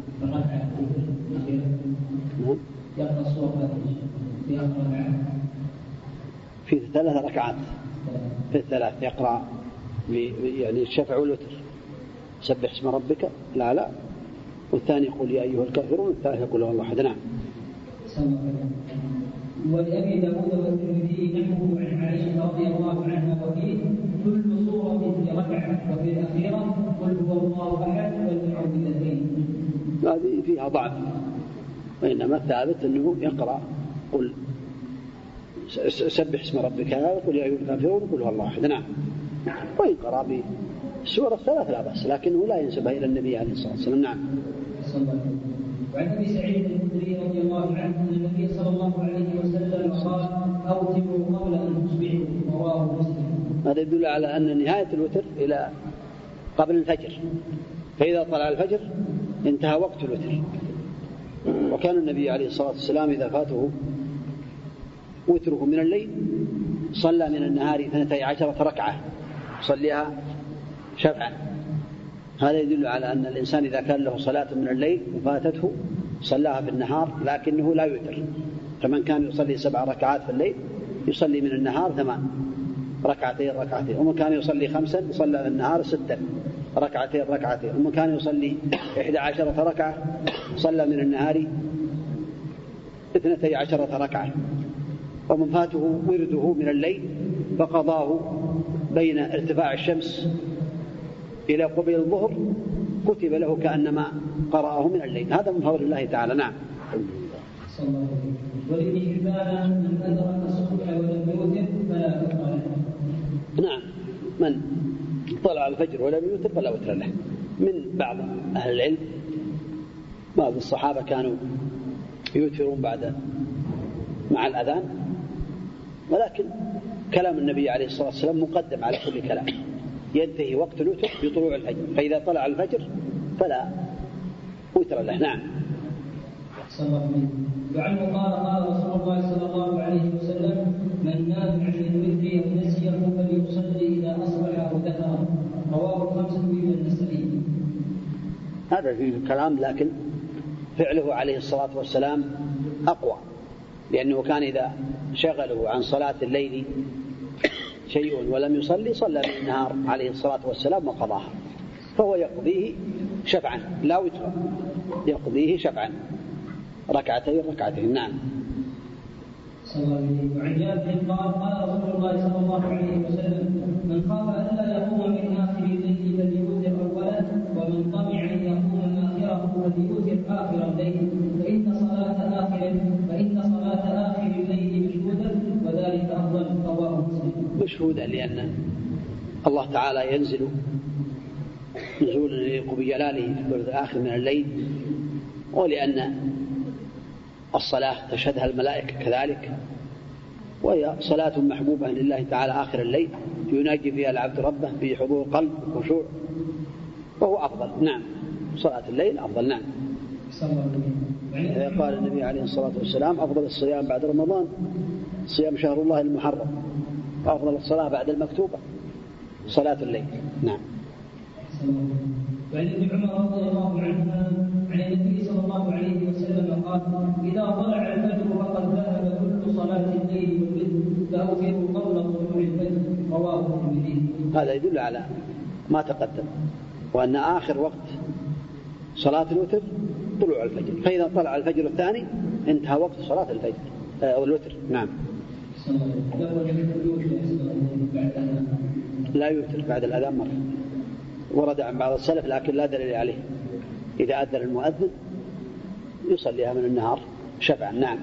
في 3 ركعات، في 3 يقرأ يعني الشفع والوتر سبح اسم ربك الأعلى، والثاني يقول يا أيها الكافرون، والثالث يقول الله أحد. نعم. ولأبي داود والترمذي نحوه عن عائشة رضي الله عنها وفيه كل سورة في ركعة، وفي الأخيرة قل هو الله أحد والمعوذتين. هذه فيها ضعف، وإنما الثابت أنه يقرأ قل سبح اسم ربك وقل يا أيها الكافرون قل هو الله أحد. نعم. وإن قرأ بالسورة 3 لا بأس، لكنه لا ينسبها إلى النبي عليه الصلاة والسلام. نعم. وعن ابي سعيد الخدري رضي الله عنه ان النبي صلى الله عليه وسلم قال اوتروا قبل ان تصبحوا، رواه مسلم. هذا يدل على ان نهايه الوتر الى قبل الفجر، فاذا طلع الفجر انتهى وقت الوتر. وكان النبي عليه الصلاه والسلام اذا فاته وتره من الليل صلى من النهار 12 ركعه صليها شفعا. هذا يدل على أن الإنسان إذا كان له صلاة من الليل وفاتته صلاها في النهار لكنه لا يوتر. فمن كان يصلي 7 ركعات في الليل يصلي من النهار 8 ركعتين، ومن كان يصلي 5 يصلي في النهار 6 ركعتين، ومن كان يصلي 11 ركعة صلى من النهار 12 ركعة. ومن فاته ورده من الليل فقضاه بين ارتفاع الشمس إلى قبيل الظهر كتب له كأنما قرأه من الليل. هذا من فضل الله تعالى. نعم. ولابن حبان من أدرك الصبح ولم يوتر فلا وتر له. نعم، من طلع الفجر ولم يوتر فلا وتر له. من بعض أهل العلم بعض الصحابة كانوا يوترون بعد مع الأذان، ولكن كلام النبي عليه الصلاة والسلام مقدم على كل كلام. ينتهي وقت الوتر بطلوع الفجر، فإذا طلع الفجر فلا وتر له. نعم. وعنه قال رسول الله صلى الله عليه وسلم من نام عن الوتر أو نسيه فليصلي إذا أصبح أو ذكره، رواه 5 إلا النسائي. هذا فيه كلام، لكن فعله عليه الصلاة والسلام أقوى، لأنه كان إذا شغله عن صلاة الليل شيء ولم يصلي صلى من النهار عليه الصلاة والسلام وقضاها، فهو يقضيه شفعا لا وترا، يقضيه شفعا ركعتين. نعم. وعن جابر قال رسول الله صلى الله عليه وسلم من خاف ألا يقوم من آخر الليل فليوتر أولا، ومن طمع أن يقوم آخره فليوتر آخر الليل، فإن صلاة آخر الليل مشهودة وذلك أفضل. رواه مسلم. مشهودة لأن الله تعالى ينزل نزولا يليق بجلاله في الثلث الآخر من الليل، ولأن الصلاة تشهدها الملائكة كذلك، وهي صلاة محبوبة لله تعالى آخر الليل يناجي فيها العبد ربه بحضور قلب وخشوع، وهو أفضل. نعم، صلاة الليل أفضل. نعم. قال النبي عليه الصلاة والسلام أفضل الصيام بعد رمضان صيام شهر الله المحرم، وأفضل الصلاة بعد المكتوبة صلاة الليل. نعم. وعن ابن عمر رضي الله عنهما عن النبي صلى الله عليه وسلم قال إذا طلع الفجر فقد ذهب كل صلاة الليل والوتر فأوتروا قبل طلوع الفجر، رواه الترمذي. هذا يدل على ما تقدم، وأن آخر وقت صلاة الوتر طلوع الفجر، فإذا طلع الفجر الثاني انتهى وقت صلاة الفجر أو الوتر. نعم. لا يوتر بعد الأذان مرة، ورد عن بعض السلف لكن لا دليل عليه. إذا أذن المؤذن يصليها من النهار شفعا. نعم.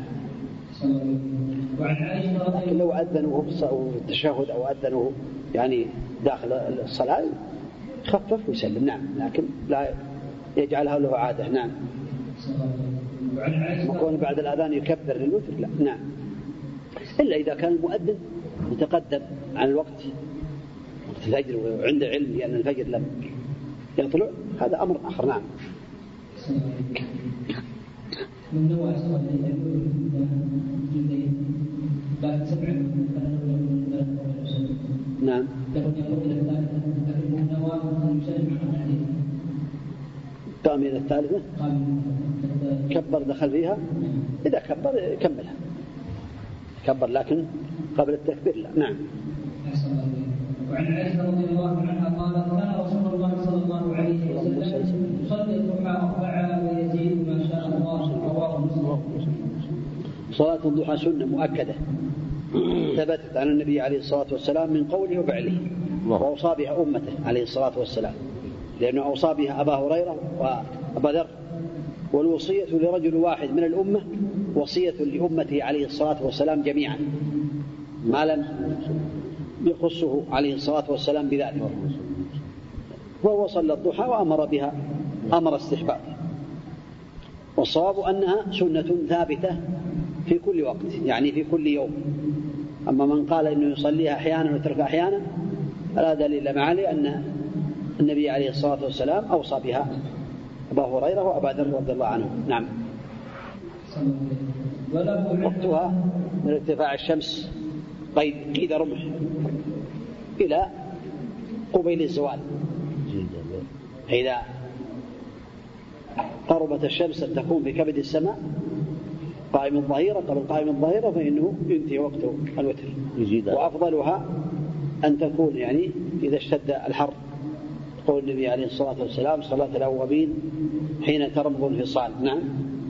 لكن لو أذنوه في التشهد أو أذنوه يعني داخل الصلاة خفف ويسلم. نعم، لكن لا يجعلها له عادة. نعم. وكون بعد الأذان يكبر للوتر لا. نعم، إلا إذا كان المؤذن يتقدم عن الوقت وقت الفجر وعند علم لأن الفجر لم يطلع، هذا أمر آخر. نعم. من نوع لكن 7 نعم. قام إلى الثالثة كبر دخل فيها، إذا كبر كملها، كبر لكن قبل التكبير لا. نعم. وعن عائشة رضي الله عنها قالت كان رسول الله صلى الله عليه وسلم يصلي الضحى 4 ويزيد ما شاء الله. رواه مسلم. صلاة الضحى سنة مؤكدة ثبتت عن النبي عليه الصلاة والسلام من قوله وفعله، وأوصى بها أمته عليه الصلاة والسلام، لأنه أوصى بها أبا هريرة وأبا ذر. والوصية لرجل واحد من الأمة وصية لأمته عليه الصلاة والسلام جميعا، ما لم يخصه عليه الصلاة والسلام بذلك. وهو صلى الضحى وأمر بها أمر استحباب، والصواب أنها سنة ثابتة في كل وقت، يعني في كل يوم. أما من قال إنه يصليها أحيانا ويتركها أحيانا فلا دليل معه، أن النبي عليه الصلاة والسلام أوصى بها أبا هريرة وأبا ذر رضي الله عنهم. نعم. وقتها من ارتفاع الشمس قيد رمح إلى قبيل الزوال، إذا قربت الشمس أن تكون في كبد السماء قائم الظهيرة قبل قائم الظهيرة فإنه ينتهي وقت الوتر. وأفضلها أن تكون يعني إذا اشتد الحر، قول النبي عليه الصلاة والسلام صلاة الأوابين حين ترمض الفصال. نعم.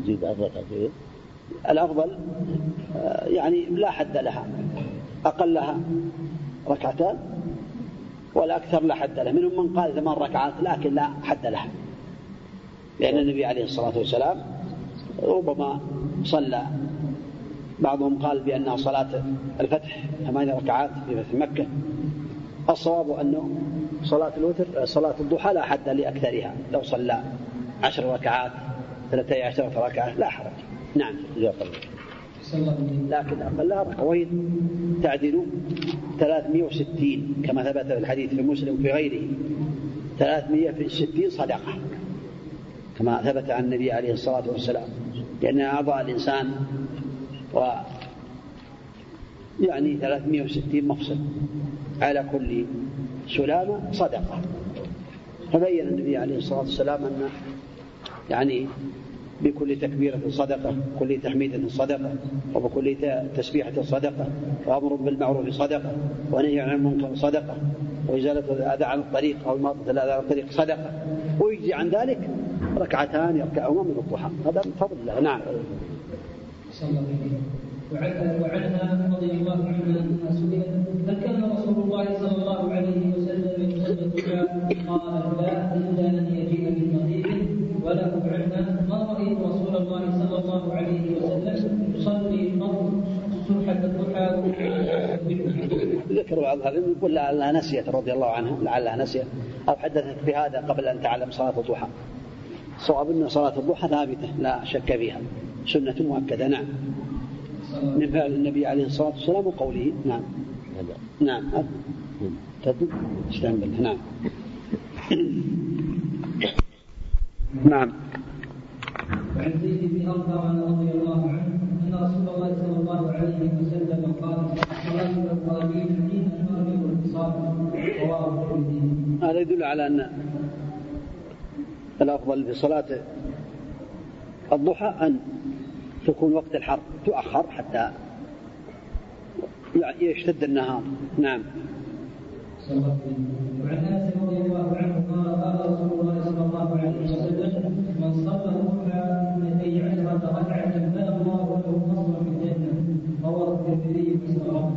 الأفضل يعني لا حد لها، أقلها 2 ركعات والأكثر لا حد له. منهم من قال 8 ركعات لكن لا حد لها، لأن النبي عليه الصلاة والسلام ربما صلى، بعضهم قال بأنها صلاة الفتح 8 ركعات في فتح مكة. الصواب أنه صلاة الوتر صلاة الضحى لا حد لأكثرها، لو صلى 10 ركعات 13 ركعة لا حرج. نعم. لكن أقلها ركعتين تعدل 360 كما ثبت في الحديث في مسلم وفي غيره. 360 صدقة كما ثبت عن النبي عليه الصلاة والسلام، لأن أعضاء الإنسان يعني 360 مفصل على كل سلامة صدقة. فبين النبي عليه الصلاة والسلام أن يعني بكل تكبيرة صدقة، كل تحميدة صدقة، وبكل تسبيحة صدقة، وأمر بالمعروف صدقة، ونهي عن المنكر صدقة، وإزالة الأذى عن الطريق أو إماطة الأذى عن الطريق صدقة، ويجزي عن ذلك 2 ركعتان يركعهما من الضحى. هذا من فضل الله. نعم. وعنها رضي الله عنها أنها سئلت هل كان رسول الله صلى الله عليه وسلم يصلي الضحى؟ قالت لا إلا أن يجيء بالنظيف. وله عنها ما رأيت رسول الله صلى الله عليه وسلم يصلي سبحة الضحى. ذكر بعض هذا يقول لعلها نسيت رضي الله عنها، لعلها نسيت أو حدثت بهذا قبل أن تعلم صلاة الضحى. صواب أن صلاة الضحى ثابتة لا شك فيها، سنة مؤكدة. نعم. من فعل النبي عليه الصلاة والسلام وقوله. نعم. نعم. تدل استعمل. نعم. نعم. وعن زيد بن أرقم رضي الله عنه أن رسول الله صلى الله عليه وسلم قال صلاة الأوابين حين ترمض الفصال. رواه الترمذي. هذا يدل على أن الأفضل في صلاة الضحى أن تكون وقت الحر، تؤخر حتى يشتد النهار. نعم. وعن أنس رضي الله عنه قال رسول الله صلى الله عليه وسلم من صلى الضحى 12 ركعة بنى الله له قصرا في الجنة. رواه الترمذي وصححه.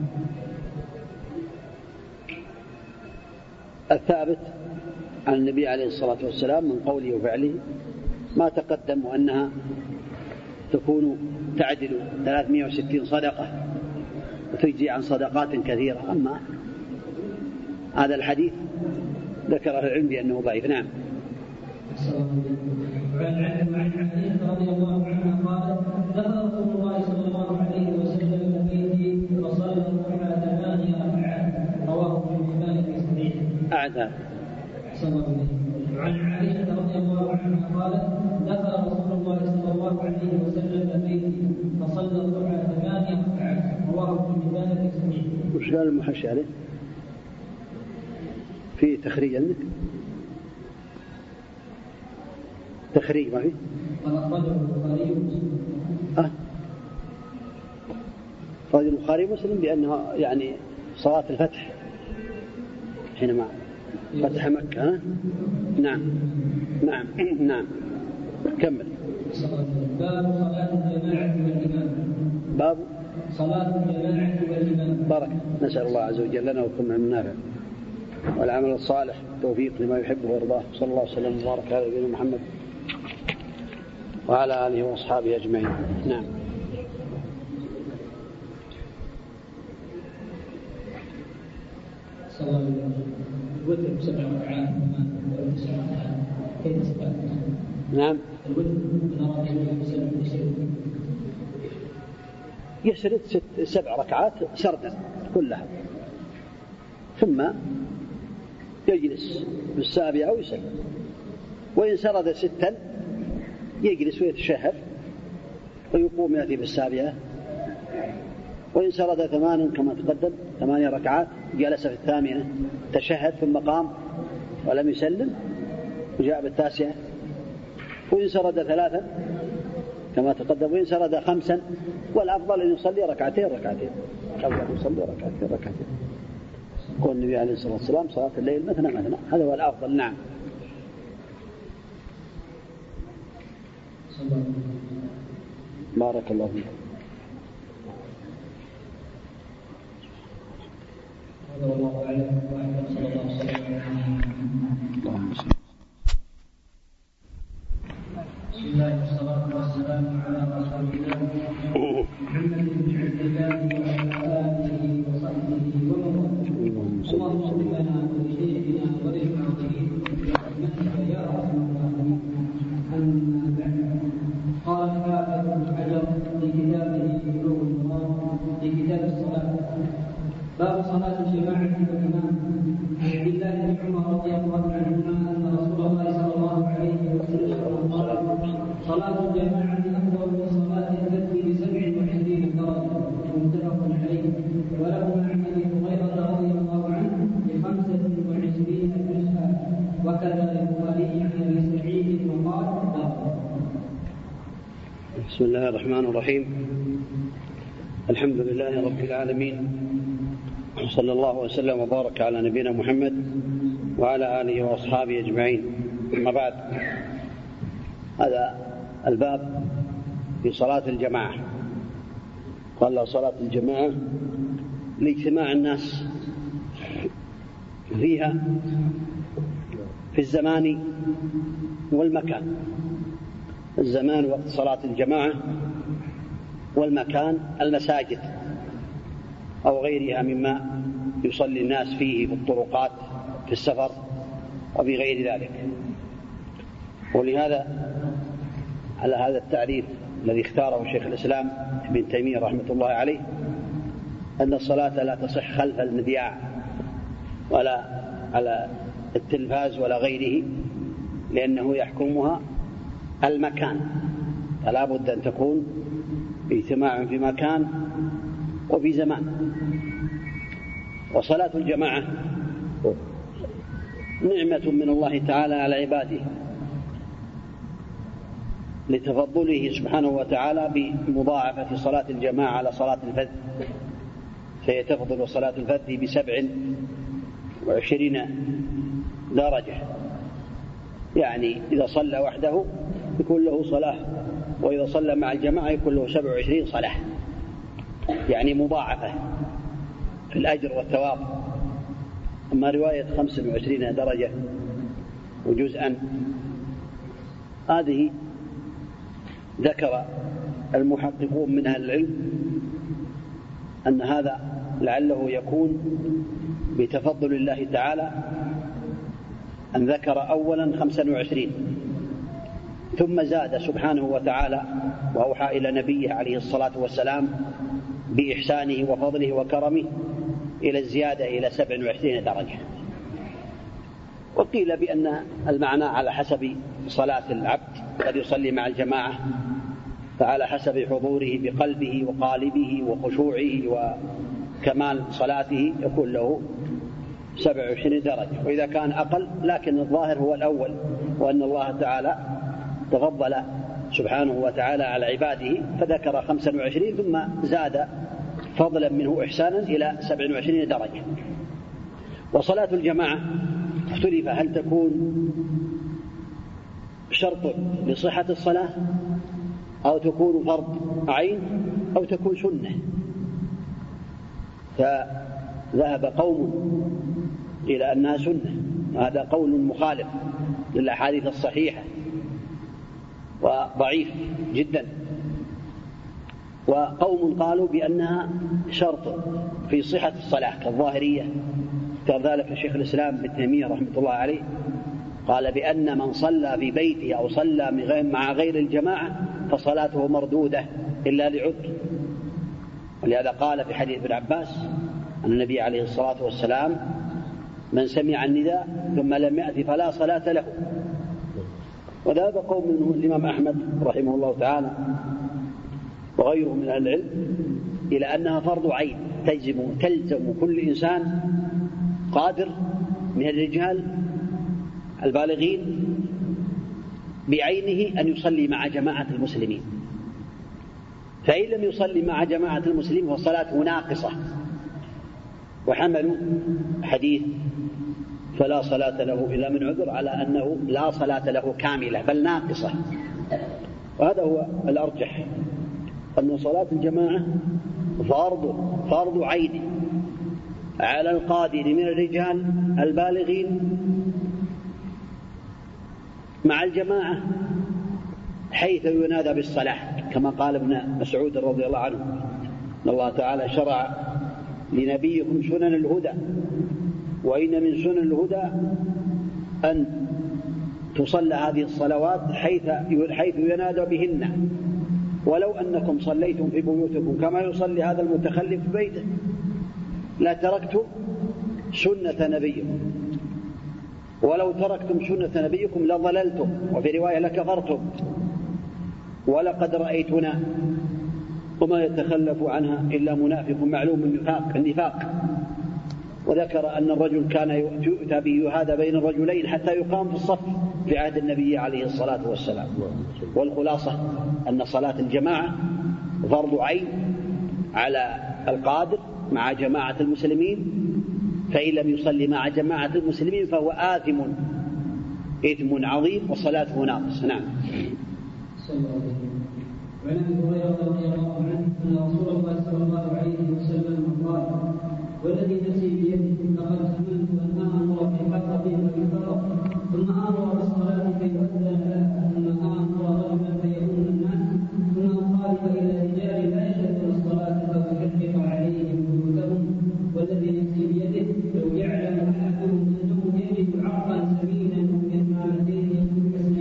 الثابت عن النبي عليه الصلاة والسلام من قوله وفعله ما تقدم، وأنها تكون تعدل 360 صدقة وتجزي عن صدقات كثيرة. أما هذا الحديث ذكره العلم بأنه ضعيف. نعم. وعن عائشة رضي الله عنها قالت دخل رسول الله صلى الله عليه وسلم بيتي فصلى الضحى 8 ركعات. رواه ابن حبان في صحيحه. أعداد. وعن عائشة رضي الله عنها قالت دخل رسول الله صلى الله عليه وسلم بيتي فصلى الضحى 8 ركعات. رواه ابن حبان في صحيحه. وش قال المحشي عليه؟ في تخريج عندك؟ تخريج ما في؟ أخرجه البخاري ومسلم. أخرج البخاري ومسلم بأنها يعني صلاة الفتح حينما فتح مكة. نعم نعم نعم. كمل. باب صلاة الجماعة والإمام. باب صلاة الجماعة والإمام. بارك. نسأل الله عز وجل لنا وكم من نافع والعمل الصالح توفيق لما يحبه ويرضاه. صلى الله وسلم وبارك على نبينا محمد وعلى آله وأصحابه أجمعين. نعم. صلاة الوتر ب7 ركعات أو 9 ركعات كيف صلاة؟ نعم. الوتر نرى يسرد 7 ركعات سردا كلها ثم يجلس بالسابعة ويسلم، وإن سرد 6 يجلس ويتشهد ويقوم يأتي بالسابعة، وإن سرد 8 كما تقدم 8 ركعات جلس في 8 تشهد ثم قام ولم يسلم وجاء بالتاسعة، وإن سرد 3 كما تقدم، وإن سرد 5 والأفضل أن يصلي ركعتين قول النبي عليه الصلاة والسلام صلاة الليل مثنى مثنى، هذا هو الأفضل. نعم. بارك الله فيك. الله أعلم صلى الله عليه وسلم. بسم الله والصلاة والسلام على رسول الله محمد بن عبد الله وعلى آله وصحبه ومن والاه. اللهم اغفر لنا ولشيخنا وللحاضرين برحمتك يا أرحم الراحمين. أما بعد، قال الحافظ ابن حجر في كتابه بلوغ المرام في كتاب الصلاة باب صلاة الجماعة والإمام. عن عبد الله بن عمر رضي الله عنهما أن رسول الله صلى الله عليه وسلم قال: صلاة الجماعة أفضل من صلاة الفرد ب27 درجة. متفق عليه. وله عن أبي هريرة رضي الله عنه ب25 جزءا، وكذا البخاري عن أبي سعيد وقال: بسم الله الرحمن الرحيم. الحمد لله رب العالمين، صلى الله وسلم وبارك على نبينا محمد وعلى آله وأصحابه أجمعين. أما بعد، هذا الباب في صلاة الجماعة. قال صلاة الجماعة لاجتماع الناس فيها في الزمان والمكان. الزمان وقت صلاة الجماعة، والمكان المساجد أو غيرها مما يصلي الناس فيه في الطرقات في السفر وبغير ذلك. ولهذا على هذا التعريف الذي اختاره شيخ الإسلام ابن تيمية رحمة الله عليه، أن الصلاة لا تصح خلف المذياع ولا على التلفاز ولا غيره، لأنه يحكمها المكان، فلا بد أن تكون اجتماع في مكان وفي زمان. وصلاة الجماعة نعمة من الله تعالى على عباده لتفضله سبحانه وتعالى بمضاعفة صلاة الجماعة على صلاة الفذ، فهي تفضل صلاة الفذ ب27 درجة. يعني إذا صلى وحده يكون له صلاة، وإذا صلى مع الجماعة يكون له 27 صلاة، يعني مضاعفة في الأجر والثواب. أما رواية 25 درجة وجزءا، هذه ذكر المحققون من أهل العلم أن هذا لعله يكون بتفضل الله تعالى، أن ذكر أولا 25 ثم زاد سبحانه وتعالى وأوحى إلى نبيه عليه الصلاة والسلام بإحسانه وفضله وكرمه إلى الزيادة إلى 27 درجة. وقيل بأن المعنى على حسب صلاة العبد، قد يصلي مع الجماعة فعلى حسب حضوره بقلبه وقالبه وخشوعه وكمال صلاته يكون له 27 درجة. وإذا كان أقل لكن الظاهر هو الأول، وأن الله تعالى تفضل سبحانه وتعالى على عباده فذكر 25 ثم زاد فضلا منه إحسانا إلى 27 درجة. وصلاة الجماعة اختلف هل تكون شرط لصحة الصلاة أو تكون فرض عين أو تكون سنة. فذهب قوم إلى أنها سنة، وهذا قول مخالف للأحاديث الصحيحة وضعيف جدا. وقوم قالوا بأنها شرط في صحة الصلاة كالظاهرية، كذلك شيخ الإسلام ابن تيمية رحمة الله عليه قال بأن من صلى في بيته أو صلى مع غير الجماعة فصلاته مردودة إلا لعذر. ولهذا قال في حديث ابن عباس أن النبي عليه الصلاة والسلام من سمع النداء ثم لم يأتي فلا صلاة له. وذهب قوم منهم الإمام أحمد رحمه الله تعالى وغيره من أهل العلم إلى أنها فرض عين تلزم كل إنسان قادر من الرجال البالغين بعينه أن يصلي مع جماعة المسلمين. فإن لم يصلي مع جماعة المسلمين فصلاته ناقصة، وحملوا حديث فلا صلاة له إلا من عذر على أنه لا صلاة له كاملة بل ناقصة. وهذا هو الأرجح، أن صلاة الجماعة فرض عين على القادر من الرجال البالغين مع الجماعة حيث ينادى بالصلاة، كما قال ابن مسعود رضي الله عنه أن الله تعالى شرع لنبيكم سنن الهدى، وإن من سنن الهدى أن تصلى هذه الصلوات حيث ينادى بهن، ولو أنكم صليتم في بيوتكم كما يصلي هذا المتخلف في بيته لا تركتم سنة نبيكم، ولو تركتم سنة نبيكم لضللتم، وفي رواية لكفرتم، ولقد رأيتنا وما يتخلف عنها إلا منافق معلوم النفاق. وذكر أن الرجل كان يؤتى به يهادى بين الرجلين حتى يقام في الصف في عهد النبي عليه الصلاة والسلام. والخلاصة أن صلاة الجماعة فرض عين على القادر مع جماعة المسلمين، فإن لم يصلي مع جماعة المسلمين فهو إثم عظيم وصلاته ناقص. نعم. وعن ابي هريره رضي الله عنه ان رسول الله صلى الله عليه وسلم قال: والذي نفسي بيده لقد هممت ان امر في حقه فيفرق ثم امر بالصلاه فيؤذن لها ثم امر رجلا فيؤم الناس ثم انقلب الى رجال لا يشهدون الصلاه فاحرق عليهم بيوتهم والذي نفسي بيده لو يعلم احدهم انه يجد عرقا سمينا بإمامتين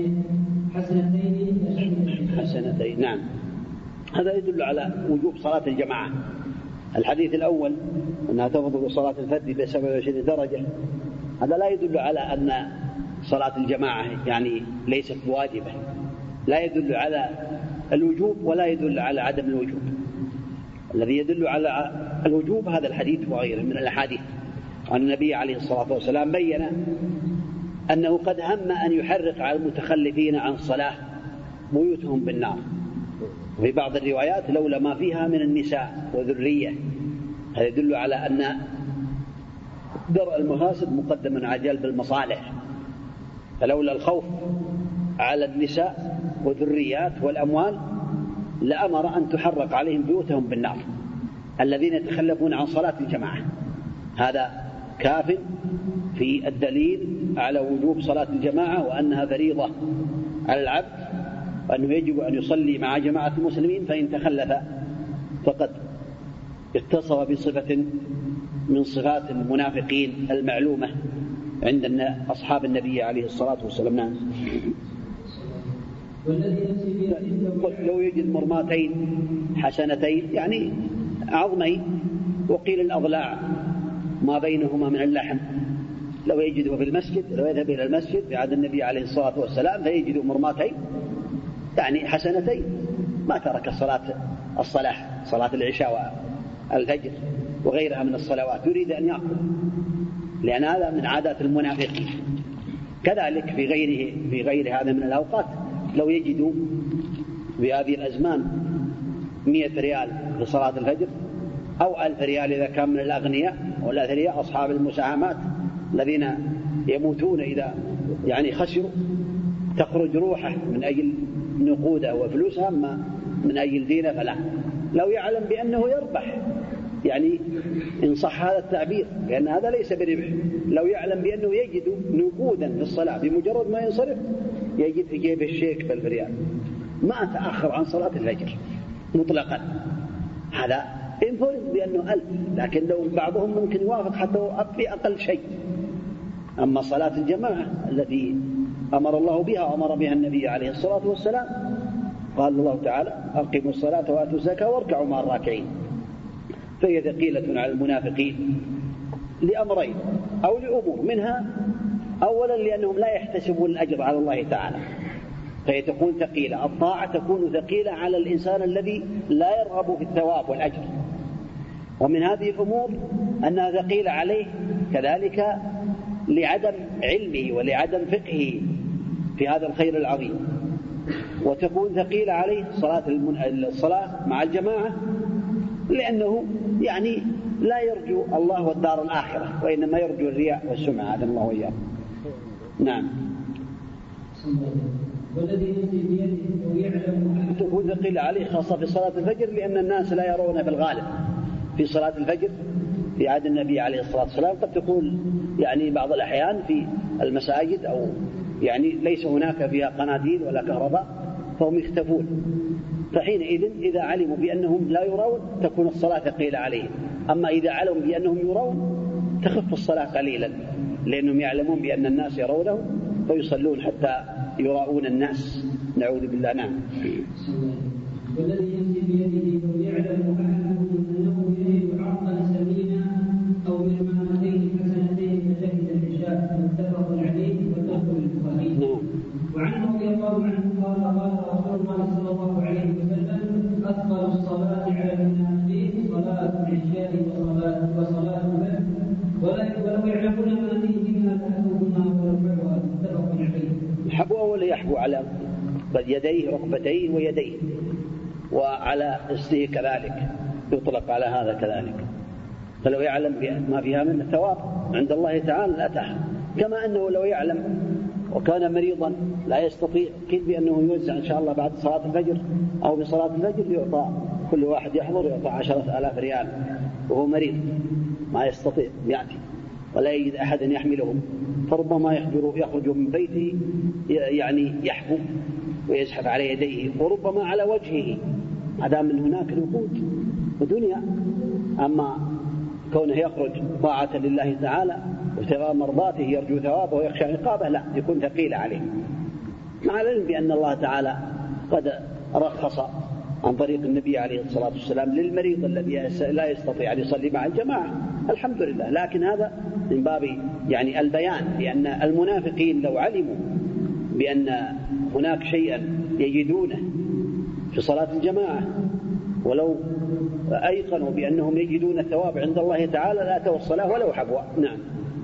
حسنتين. نعم. هذا يدل على وجوب صلاة الجماعة. الحديث الأول أنها تفضل صلاة الفرد ب27 درجة، هذا لا يدل على أن صلاة الجماعة يعني ليست واجبة، لا يدل على الوجوب ولا يدل على عدم الوجوب. الذي يدل على الوجوب هذا الحديث وغيره من الأحاديث. وأن النبي عليه الصلاة والسلام بين أنه قد هم أن يحرق على المتخلفين عن الصلاة بيوتهم بالنار. وفي بعض الروايات لولا ما فيها من النساء وذرية. هذا يدل على أن درء المفاسد مقدم على جلب المصالح، فلولا الخوف على النساء والذريات والأموال لأمر أن تحرق عليهم بيوتهم بالنار الذين يتخلفون عن صلاة الجماعة. هذا كاف في الدليل على وجوب صلاة الجماعة وأنها فريضة على العبد، وأنه يجب أن يصلي مع جماعة المسلمين، فإن تخلف فقد اتصف بصفة من صفات المنافقين المعلومة عند أصحاب النبي عليه الصلاة والسلام. نعم. لو يجد مرماتين حسنتين يعني عظمين، وقيل الأضلاع ما بينهما من اللحم، لو يجده في المسجد، لو يذهب إلى المسجد في عهد النبي عليه الصلاة والسلام فيجد مرماتين يعني حسنتين، ما ترك صلاة العشاء والفجر وغيرها من الصلوات، يريد أن يأكل، لأن هذا من عادات المنافقين. كذلك في غير هذا من الأوقات لو يجدوا في هذه الأزمان 100 ريال لصلاة الفجر أو 1000 ريال إذا كان من الأغنياء والأثرياء أصحاب المساهمات الذين يموتون إذا يعني خسروا، تخرج روحه من أجل نقوده وفلوسها، أما من أجل دينه فلا. لو يعلم بأنه يربح، يعني إن صح هذا التعبير، لأن هذا ليس بربح، لو يعلم بأنه يجد نقودا في الصلاة بمجرد ما ينصرف يجد في جيب الشيك بالريال، ما تأخر عن صلاة الفجر مطلقا. هذا إن فرض بأنه 1000، لكن لو بعضهم ممكن يوافق حتى في أقل شيء. أما صلاة الجماعة التي أمر الله بها وأمر بها النبي عليه الصلاة والسلام، قال الله تعالى: أقيموا الصلاة وآتوا الزكاة واركعوا مع الراكعين، فهي ثقيلة على المنافقين لأمرين أو لأمور، منها أولا لأنهم لا يحتسبون الأجر على الله تعالى، فهي تكون ثقيلة. الطاعة تكون ثقيلة على الإنسان الذي لا يرغب في الثواب والأجر. ومن هذه الأمور أنها ثقيلة عليه كذلك لعدم علمه ولعدم فقهه في هذا الخير العظيم. وتكون ثقيلة عليه الصلاة مع الجماعة لأنه يعني لا يرجو الله والدار الآخرة، وإنما يرجو الرياء والسمعة. هذا الله وإياه. نعم. تكون ثقيلة عليه خاصة في صلاة الفجر، لأن الناس لا يرون في الغالب في صلاة الفجر في عهد النبي عليه الصلاة والسلام. قد تكون يعني بعض الأحيان في المساجد أو يعني ليس هناك فيها قناديل ولا كهرباء، فهم يختفون، فحينئذ إذا علموا بأنهم لا يرون تكون الصلاة ثقيلة عليهم. أما إذا علموا بأنهم يرون تخف الصلاة قليلا، لأنهم يعلمون بأن الناس يرونه فيصلون حتى يراؤون الناس. نعوذ بالله. نعم. والذي يمشي بيده ويعلم أحدهم أنه يريد عقلا سمينا أو برمانتين حسنتين فشهد العشاء، متفق عليه واللفظ للبخاري. وعنه رضي الله عنه قال: قال رسول الله صلى الله عليه وسلم: أثقل الصلاة على المنافقين صلاة العشاء وصلاة الفجر، ولو يعلمون ما فيهما لأتوهما ورفعها. متفق عليه. الحبو أول يحبو على يديه ركبتيه ويديه، وعلى استه كذلك يطلق على هذا كذلك. فلو يعلم ما فيها من الثواب عند الله تعالى لأتاه. كما أنه لو يعلم وكان مريضا لا يستطيع، كيف بأنه يوزع إن شاء الله بعد صلاة الفجر أو بصلاة الفجر يعطى كل واحد يحضر يعطى 10,000 ريال وهو مريض ما يستطيع يأتي ولا يجد أحد يحملهم، فربما يخرج من بيته يعني يحبو ويزحف على يديه وربما على وجهه، هذا من هناك نقود ودنيا. أما كونه يخرج طاعة لله تعالى وابتغاء مرضاته يرجو ثوابه ويخشى عقابه، لا، يكون ثقيل عليه، مع العلم بأن الله تعالى قد رخص عن طريق النبي عليه الصلاة والسلام للمريض الذي لا يستطيع أن يصلي مع الجماعة، الحمد لله. لكن هذا من باب يعني البيان، لأن المنافقين لو علموا بأن هناك شيئا يجدونه في صلاة الجماعة ولو أيقنوا بأنهم يجدون الثواب عند الله تعالى لأتوا الصلاة ولو حبوا. نعم.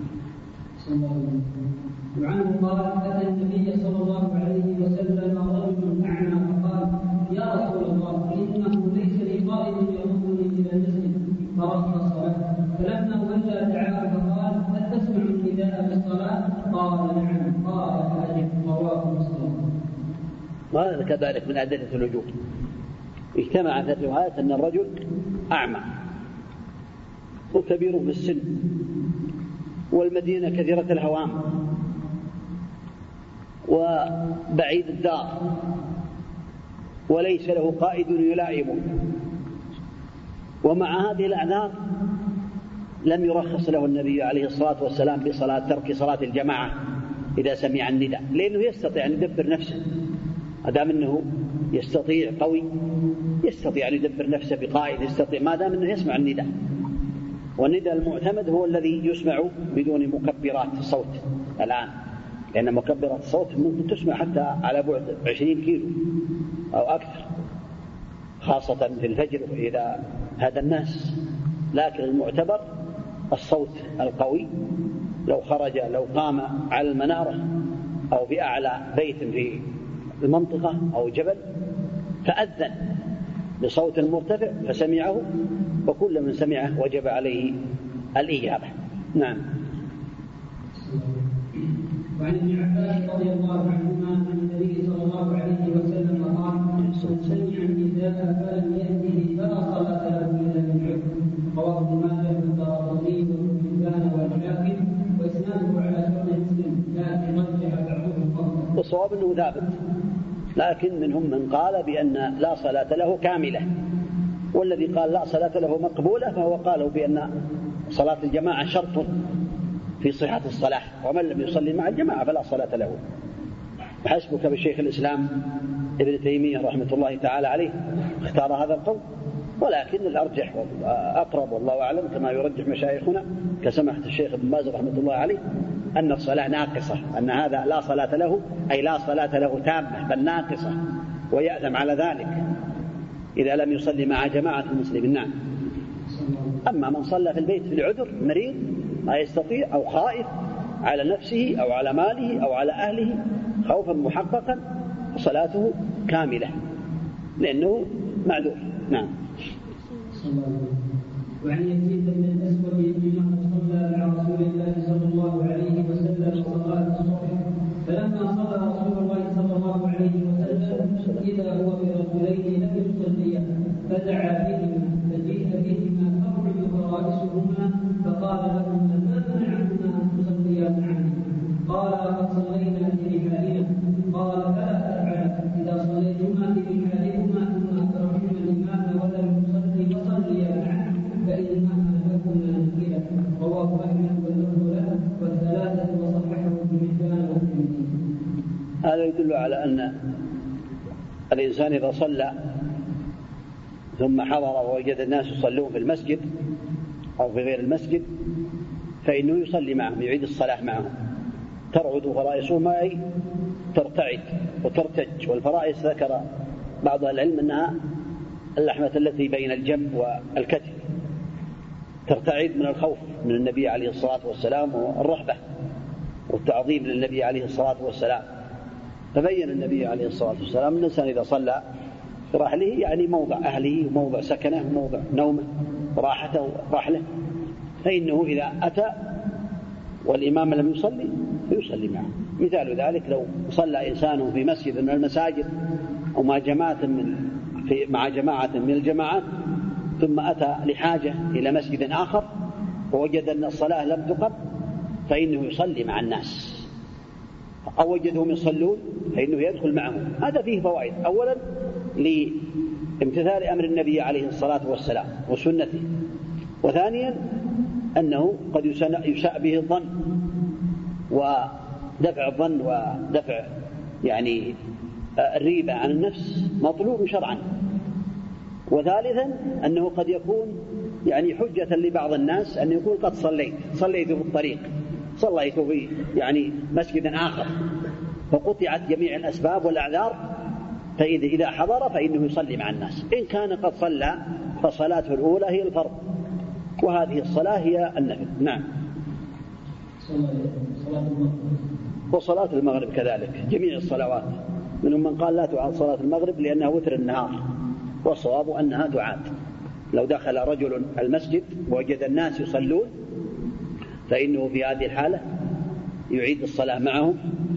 وعنه قال: أتى النبي صلى الله عليه وسلم رجل أعمى فقال: يا رسول الله، إنه ليس لي قائد يؤمنني إلى المسجد فرخص له. فلما ولى دعاه فقال: هل تسمع النداء في الصلاة؟ قال: نعم. قال: فأجب. رواه مسلم. وهذا كذلك من أدلة الوجوب. اجتمع في الروايات أن الرجل أعمى وكبير في السن، والمدينة كثيرة الهوام وبعيد الدار وليس له قائد يلائمه، ومع هذه الأعذار لم يرخص له النبي عليه الصلاة والسلام ترك صلاة الجماعة إذا سمع النداء، لأنه يستطيع أن يدبر نفسه، أدام أنه يستطيع قوي يستطيع أن يدبر نفسه بقائد، يستطيع ما دام أنه يسمع النداء. والنداء المعتمد هو الذي يسمع بدون مكبرات الصوت الآن، لأن مكبرات الصوت ممكن تسمع حتى على بعد 20 كيلو أو أكثر، خاصة في الفجر وإذا هدى الناس. لكن المعتبر الصوت القوي، لو خرج لو قام على المنارة أو في أعلى بيت في المنطقة أو جبل فأذن بصوت مرتفع فسمعه، وكل من سمعه وجب عليه الإجابة. نعم. وعن ابن عباس رضي الله عنهما عن النبي صلى الله عليه وسلم قال: من سمع النداء فلم يأته فلا صلاة له إلا من عذر. رواه ابن ماجه والدارقطني وابن حبان والحاكم وإسناده على شرط مسلم، لكن رجح بعضهم قوله. والصواب أنه ثابت، لكن منهم من قال بأن لا صلاة له كاملة، والذي قال لا صلاة له مقبولة فهو قالوا بأن صلاة الجماعة شرط في صحة الصلاة، ومن لم يصلي مع الجماعة فلا صلاة له. حسبك بشيخ الإسلام ابن تيمية رحمة الله تعالى عليه اختار هذا القول، ولكن الأرجح والأقرب والله أعلم كما يرجح مشايخنا كسماحة الشيخ ابن باز رحمة الله عليه أن الصلاة ناقصة، أن هذا لا صلاة له أي لا صلاة له تامة بل ناقصة، ويأثم على ذلك إذا لم يصلي مع جماعة المسلمين. نعم. أما من صلى في البيت في العذر مريض لا يستطيع أو خائف على نفسه أو على ماله أو على أهله خوفا محققا صلاته كاملة لأنه معذور. نعم. وعن يزيد بن الأسود أنه صلى مع رسول الله صلى الله عليه وسلم صلاة الصبح، فلما صلى رسول الله صلى الله عليه وسلم إذا هو برجلين لم يصليا فدعا بهما فجيء بهما ترعد فرائسهما فقال لهما ما منعكما أن تصليا معنا؟ قال لقد صلينا في رحالنا. قال فلا تفعلا، إذا صليتما في رحالكما ثم أدركتما الإمام ولم يصلي فصليا معه فإنما لكما نكلا. رواه أحمد واللفظ له والثلاثة وصححه ابن حبان والترمذي. هذا يدل على أن الإنسان إذا صلى ثم حضر ووجد الناس يصلون في المسجد أو في غير المسجد فإنه يصلي معهم، يعيد الصلاة معهم. ترعد فرائسهما أي ترتعد وترتج، والفرائس ذكر بعض العلم أنها اللحمة التي بين الجنب والكتف، ترتعد من الخوف من النبي عليه الصلاة والسلام والرهبة والتعظيم للنبي عليه الصلاة والسلام. فبين النبي عليه الصلاة والسلام أن الإنسان إذا صلى في رحله يعني موضع أهله وموضع سكنه وموضع نومه وراحته ورحله، فإنه إذا أتى والإمام لم يصلي فيصلي معه. مثال ذلك لو صلى إنسان في مسجد من المساجد أو مع جماعة من الجماعات ثم أتى لحاجة إلى مسجد آخر ووجد أن الصلاة لم تقم فإنه يصلي مع الناس، أو وجدهم يصلون فإنه يدخل معهم. هذا فيه فوائد: أولا لامتثال أمر النبي عليه الصلاة والسلام وسنته، وثانيا أنه قد يساء به الظن، ودفع الظن ودفع يعني الريبة عن النفس مطلوب شرعا، وثالثا أنه قد يكون يعني حجة لبعض الناس أن يكون قد صليت في الطريق، صليت في يعني مسجد آخر فقطعت جميع الأسباب والأعذار، فإذا حضر فإنه يصلي مع الناس. إن كان قد صلى فصلاته الأولى هي الفرض وهذه الصلاة هي النفل. نعم. وصلاة المغرب كذلك جميع الصلوات، منهم من قال لا تعاد صلاة المغرب لأنها وتر النهار، والصواب أنها تعاد. لو دخل رجل المسجد ووجد الناس يصلون فإنه في هذه الحالة يعيد الصلاة معهم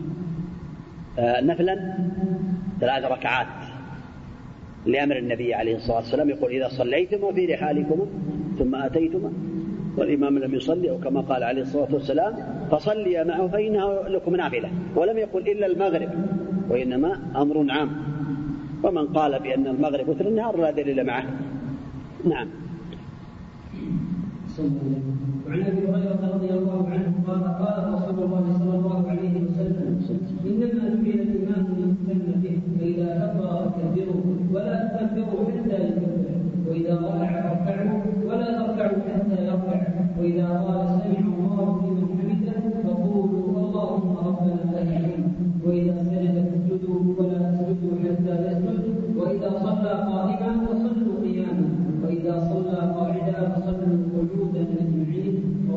نفلا 3 ركعات لأمر النبي عليه الصلاة والسلام يقول: إذا صليتم في رحالكم ثم أتيتم والإمام لم يصلي، أو كما قال عليه الصلاة والسلام: فصلي معه فإنها لكم نافلة. ولم يقل إلا المغرب، وإنما أمر عام. ومن قال بأن المغرب وتر النهار لا دليل معه. نعم. وعن ابي هريره رضي الله عنه قال: قال رسول الله صلى الله عليه وسلم: انما جعل الامام ليؤتم به، فاذا كبر فكبروا ولا تكبروا حتى يكبر، واذا ركع فاركعوا ولا تركعوا حتى يركع، واذا قال سمع الله لمن حمده فقولوا اللهم ربنا لك الحمد، واذا سجد فاسجدوا ولا تسجدوا حتى يسجد، واذا صلى قائما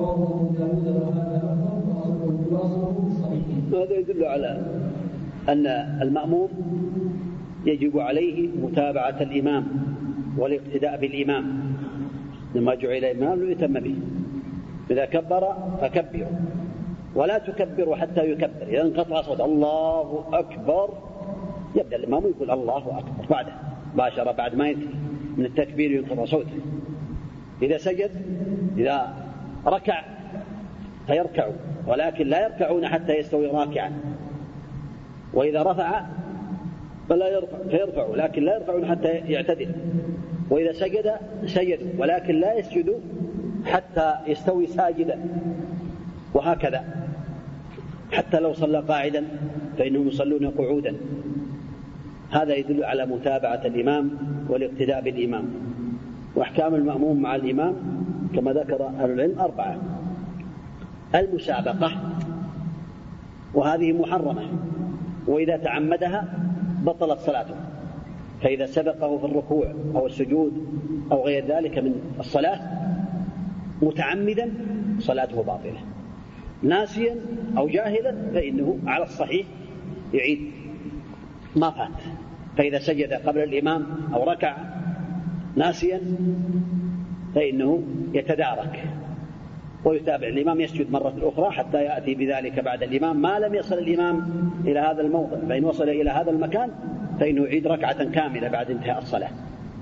رواه أبو داود وهذا أصله صحيح. هذا يدل على أن المأموم يجب عليه متابعة الإمام والاقتداء بالإمام، لما جعل الإمام ليتم به. إذا كبر فكبروا ولا تكبروا حتى يكبر. إذا انقطع صوت الله أكبر يبدأ الإمام يقول الله أكبر بعده باشرة، بعد ما ينتهي من التكبير ينقطع صوته. إذا سجد، إذا ركع فيركعوا، ولكن لا يركعون حتى يستوي راكعا. وإذا رفع فيرفعوا، لكن لا يرفعون حتى يعتدل. وإذا سجد سجدوا، ولكن لا يسجدوا حتى يستوي ساجدا، وهكذا. حتى لو صلى قاعدا فإنهم يصلون قعودا. هذا يدل على متابعة الإمام والاقتداء بالإمام. وأحكام المأموم مع الإمام كما ذكر أهل العلم 4. المسابقة، وهذه محرمة، وإذا تعمدها بطلت صلاته. فإذا سبقه في الركوع أو السجود أو غير ذلك من الصلاة متعمدا صلاته باطلة. ناسيا أو جاهلا فإنه على الصحيح يعيد ما فات. فإذا سجد قبل الإمام أو ركع ناسيا فإنه يتدارك ويتابع الإمام، يسجد مرة أخرى حتى يأتي بذلك بعد الإمام ما لم يصل الإمام إلى هذا الموضع. فإن وصل إلى هذا المكان فإنه يعيد ركعة كاملة بعد انتهاء الصلاة.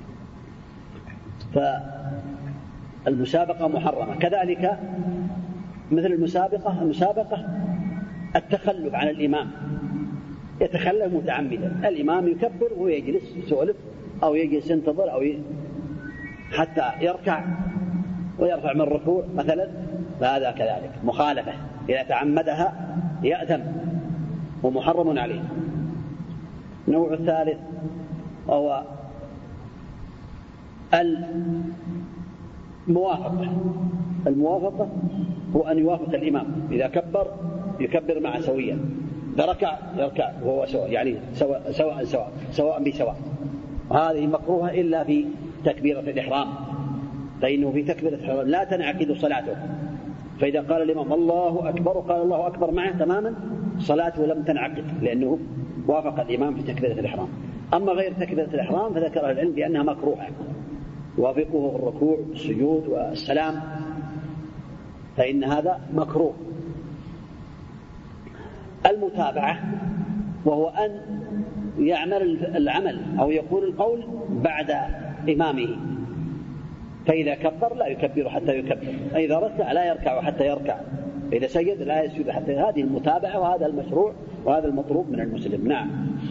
فالمسابقة محرمة. كذلك مثل المسابقة التخلف عن الإمام، يتخلف متعمدا. الإمام يكبر وهو يجلس يسولف أو يجلس ينتظر أو حتى يركع ويرفع من الركوع مثلا، فهذا كذلك مخالفة. إذا تعمدها يأثم ومحرم عليه. النوع الثالث وهو الموافقة هو أن يوافق الإمام. إذا كبر يكبر معه سويا، إذا ركع يركع وهو سواء، يعني سواء بسواء. وهذه مكروهة إلا في تكبيرة الإحرام، فإنه في تكبيرة الإحرام لا تنعقد صلاته. فإذا قال الإمام الله أكبر وقال الله أكبر معه تماما صلاته لم تنعقد، لأنه وافق الإمام في تكبيرة الإحرام. أما غير تكبيرة الإحرام فذكر العلم بأنها مكروهة، يوافقه في الركوع والسجود والسلام، فإن هذا مكروه. المتابعة وهو أن يعمل العمل أو يقول القول بعد إمامه. فإذا كبر لا يكبر حتى يكبر، فإذا ركع لا يركع حتى يركع، إذا سجد لا يسجد حتى. هذه المتابعة، وهذا المشروع وهذا المطلوب من المسلم. نعم.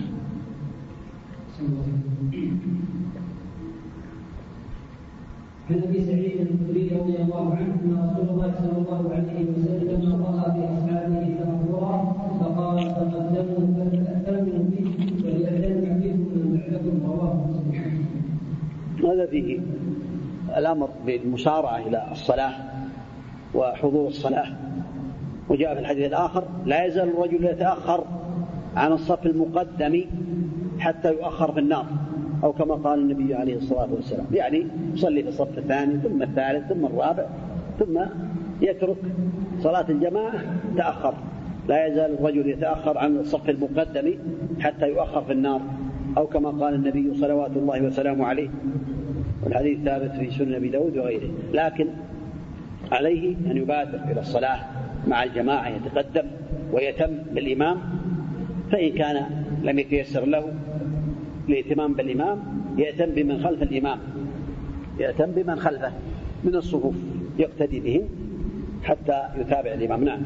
عن أبي سعيد الخدري رضي الله عنه أن رسول الله صلى الله عليه وسلم رأى بأصحابه تنظرا فقال تقدموا فأتموا به وليأتم بكم من بعدكم. رواه مسلم. هذا فيه الأمر بالمسارعة إلى الصلاة وحضور الصلاة. وجاء في الحديث الآخر لا يزال الرجل يتأخر عن الصف المقدم حتى يؤخر في النار، أو كما قال النبي عليه الصلاة والسلام، يعني يصلي في الصف الثاني ثم الثالث ثم الرابع ثم يترك صلاة الجماعة تأخر. لا يزال الرجل يتأخر عن الصف المقدم حتى يؤخر في النار، أو كما قال النبي صلوات الله وسلامه عليه. والحديث ثابت في سنن أبي داود وغيره. لكن عليه أن يبادر إلى الصلاة مع الجماعة، يتقدم ويتم بالإمام. فإن كان لم يتيسر له الائتمام بالإمام يأتم بمن خلف الإمام، يأتم بمن خلفه من الصفوف يقتدي بهم حتى يتابع الإمام. نعم.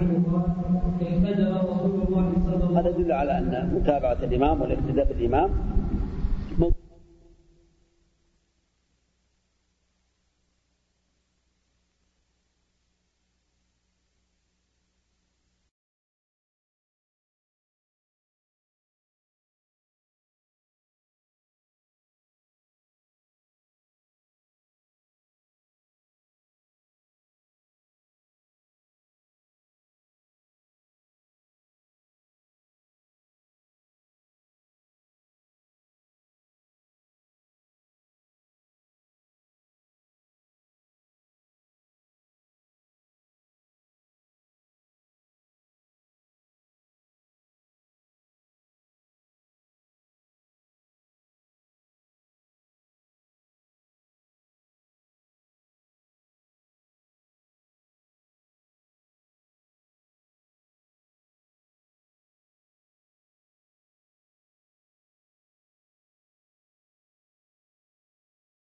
هذا يدل على أن متابعة الإمام والاقتداء بالإمام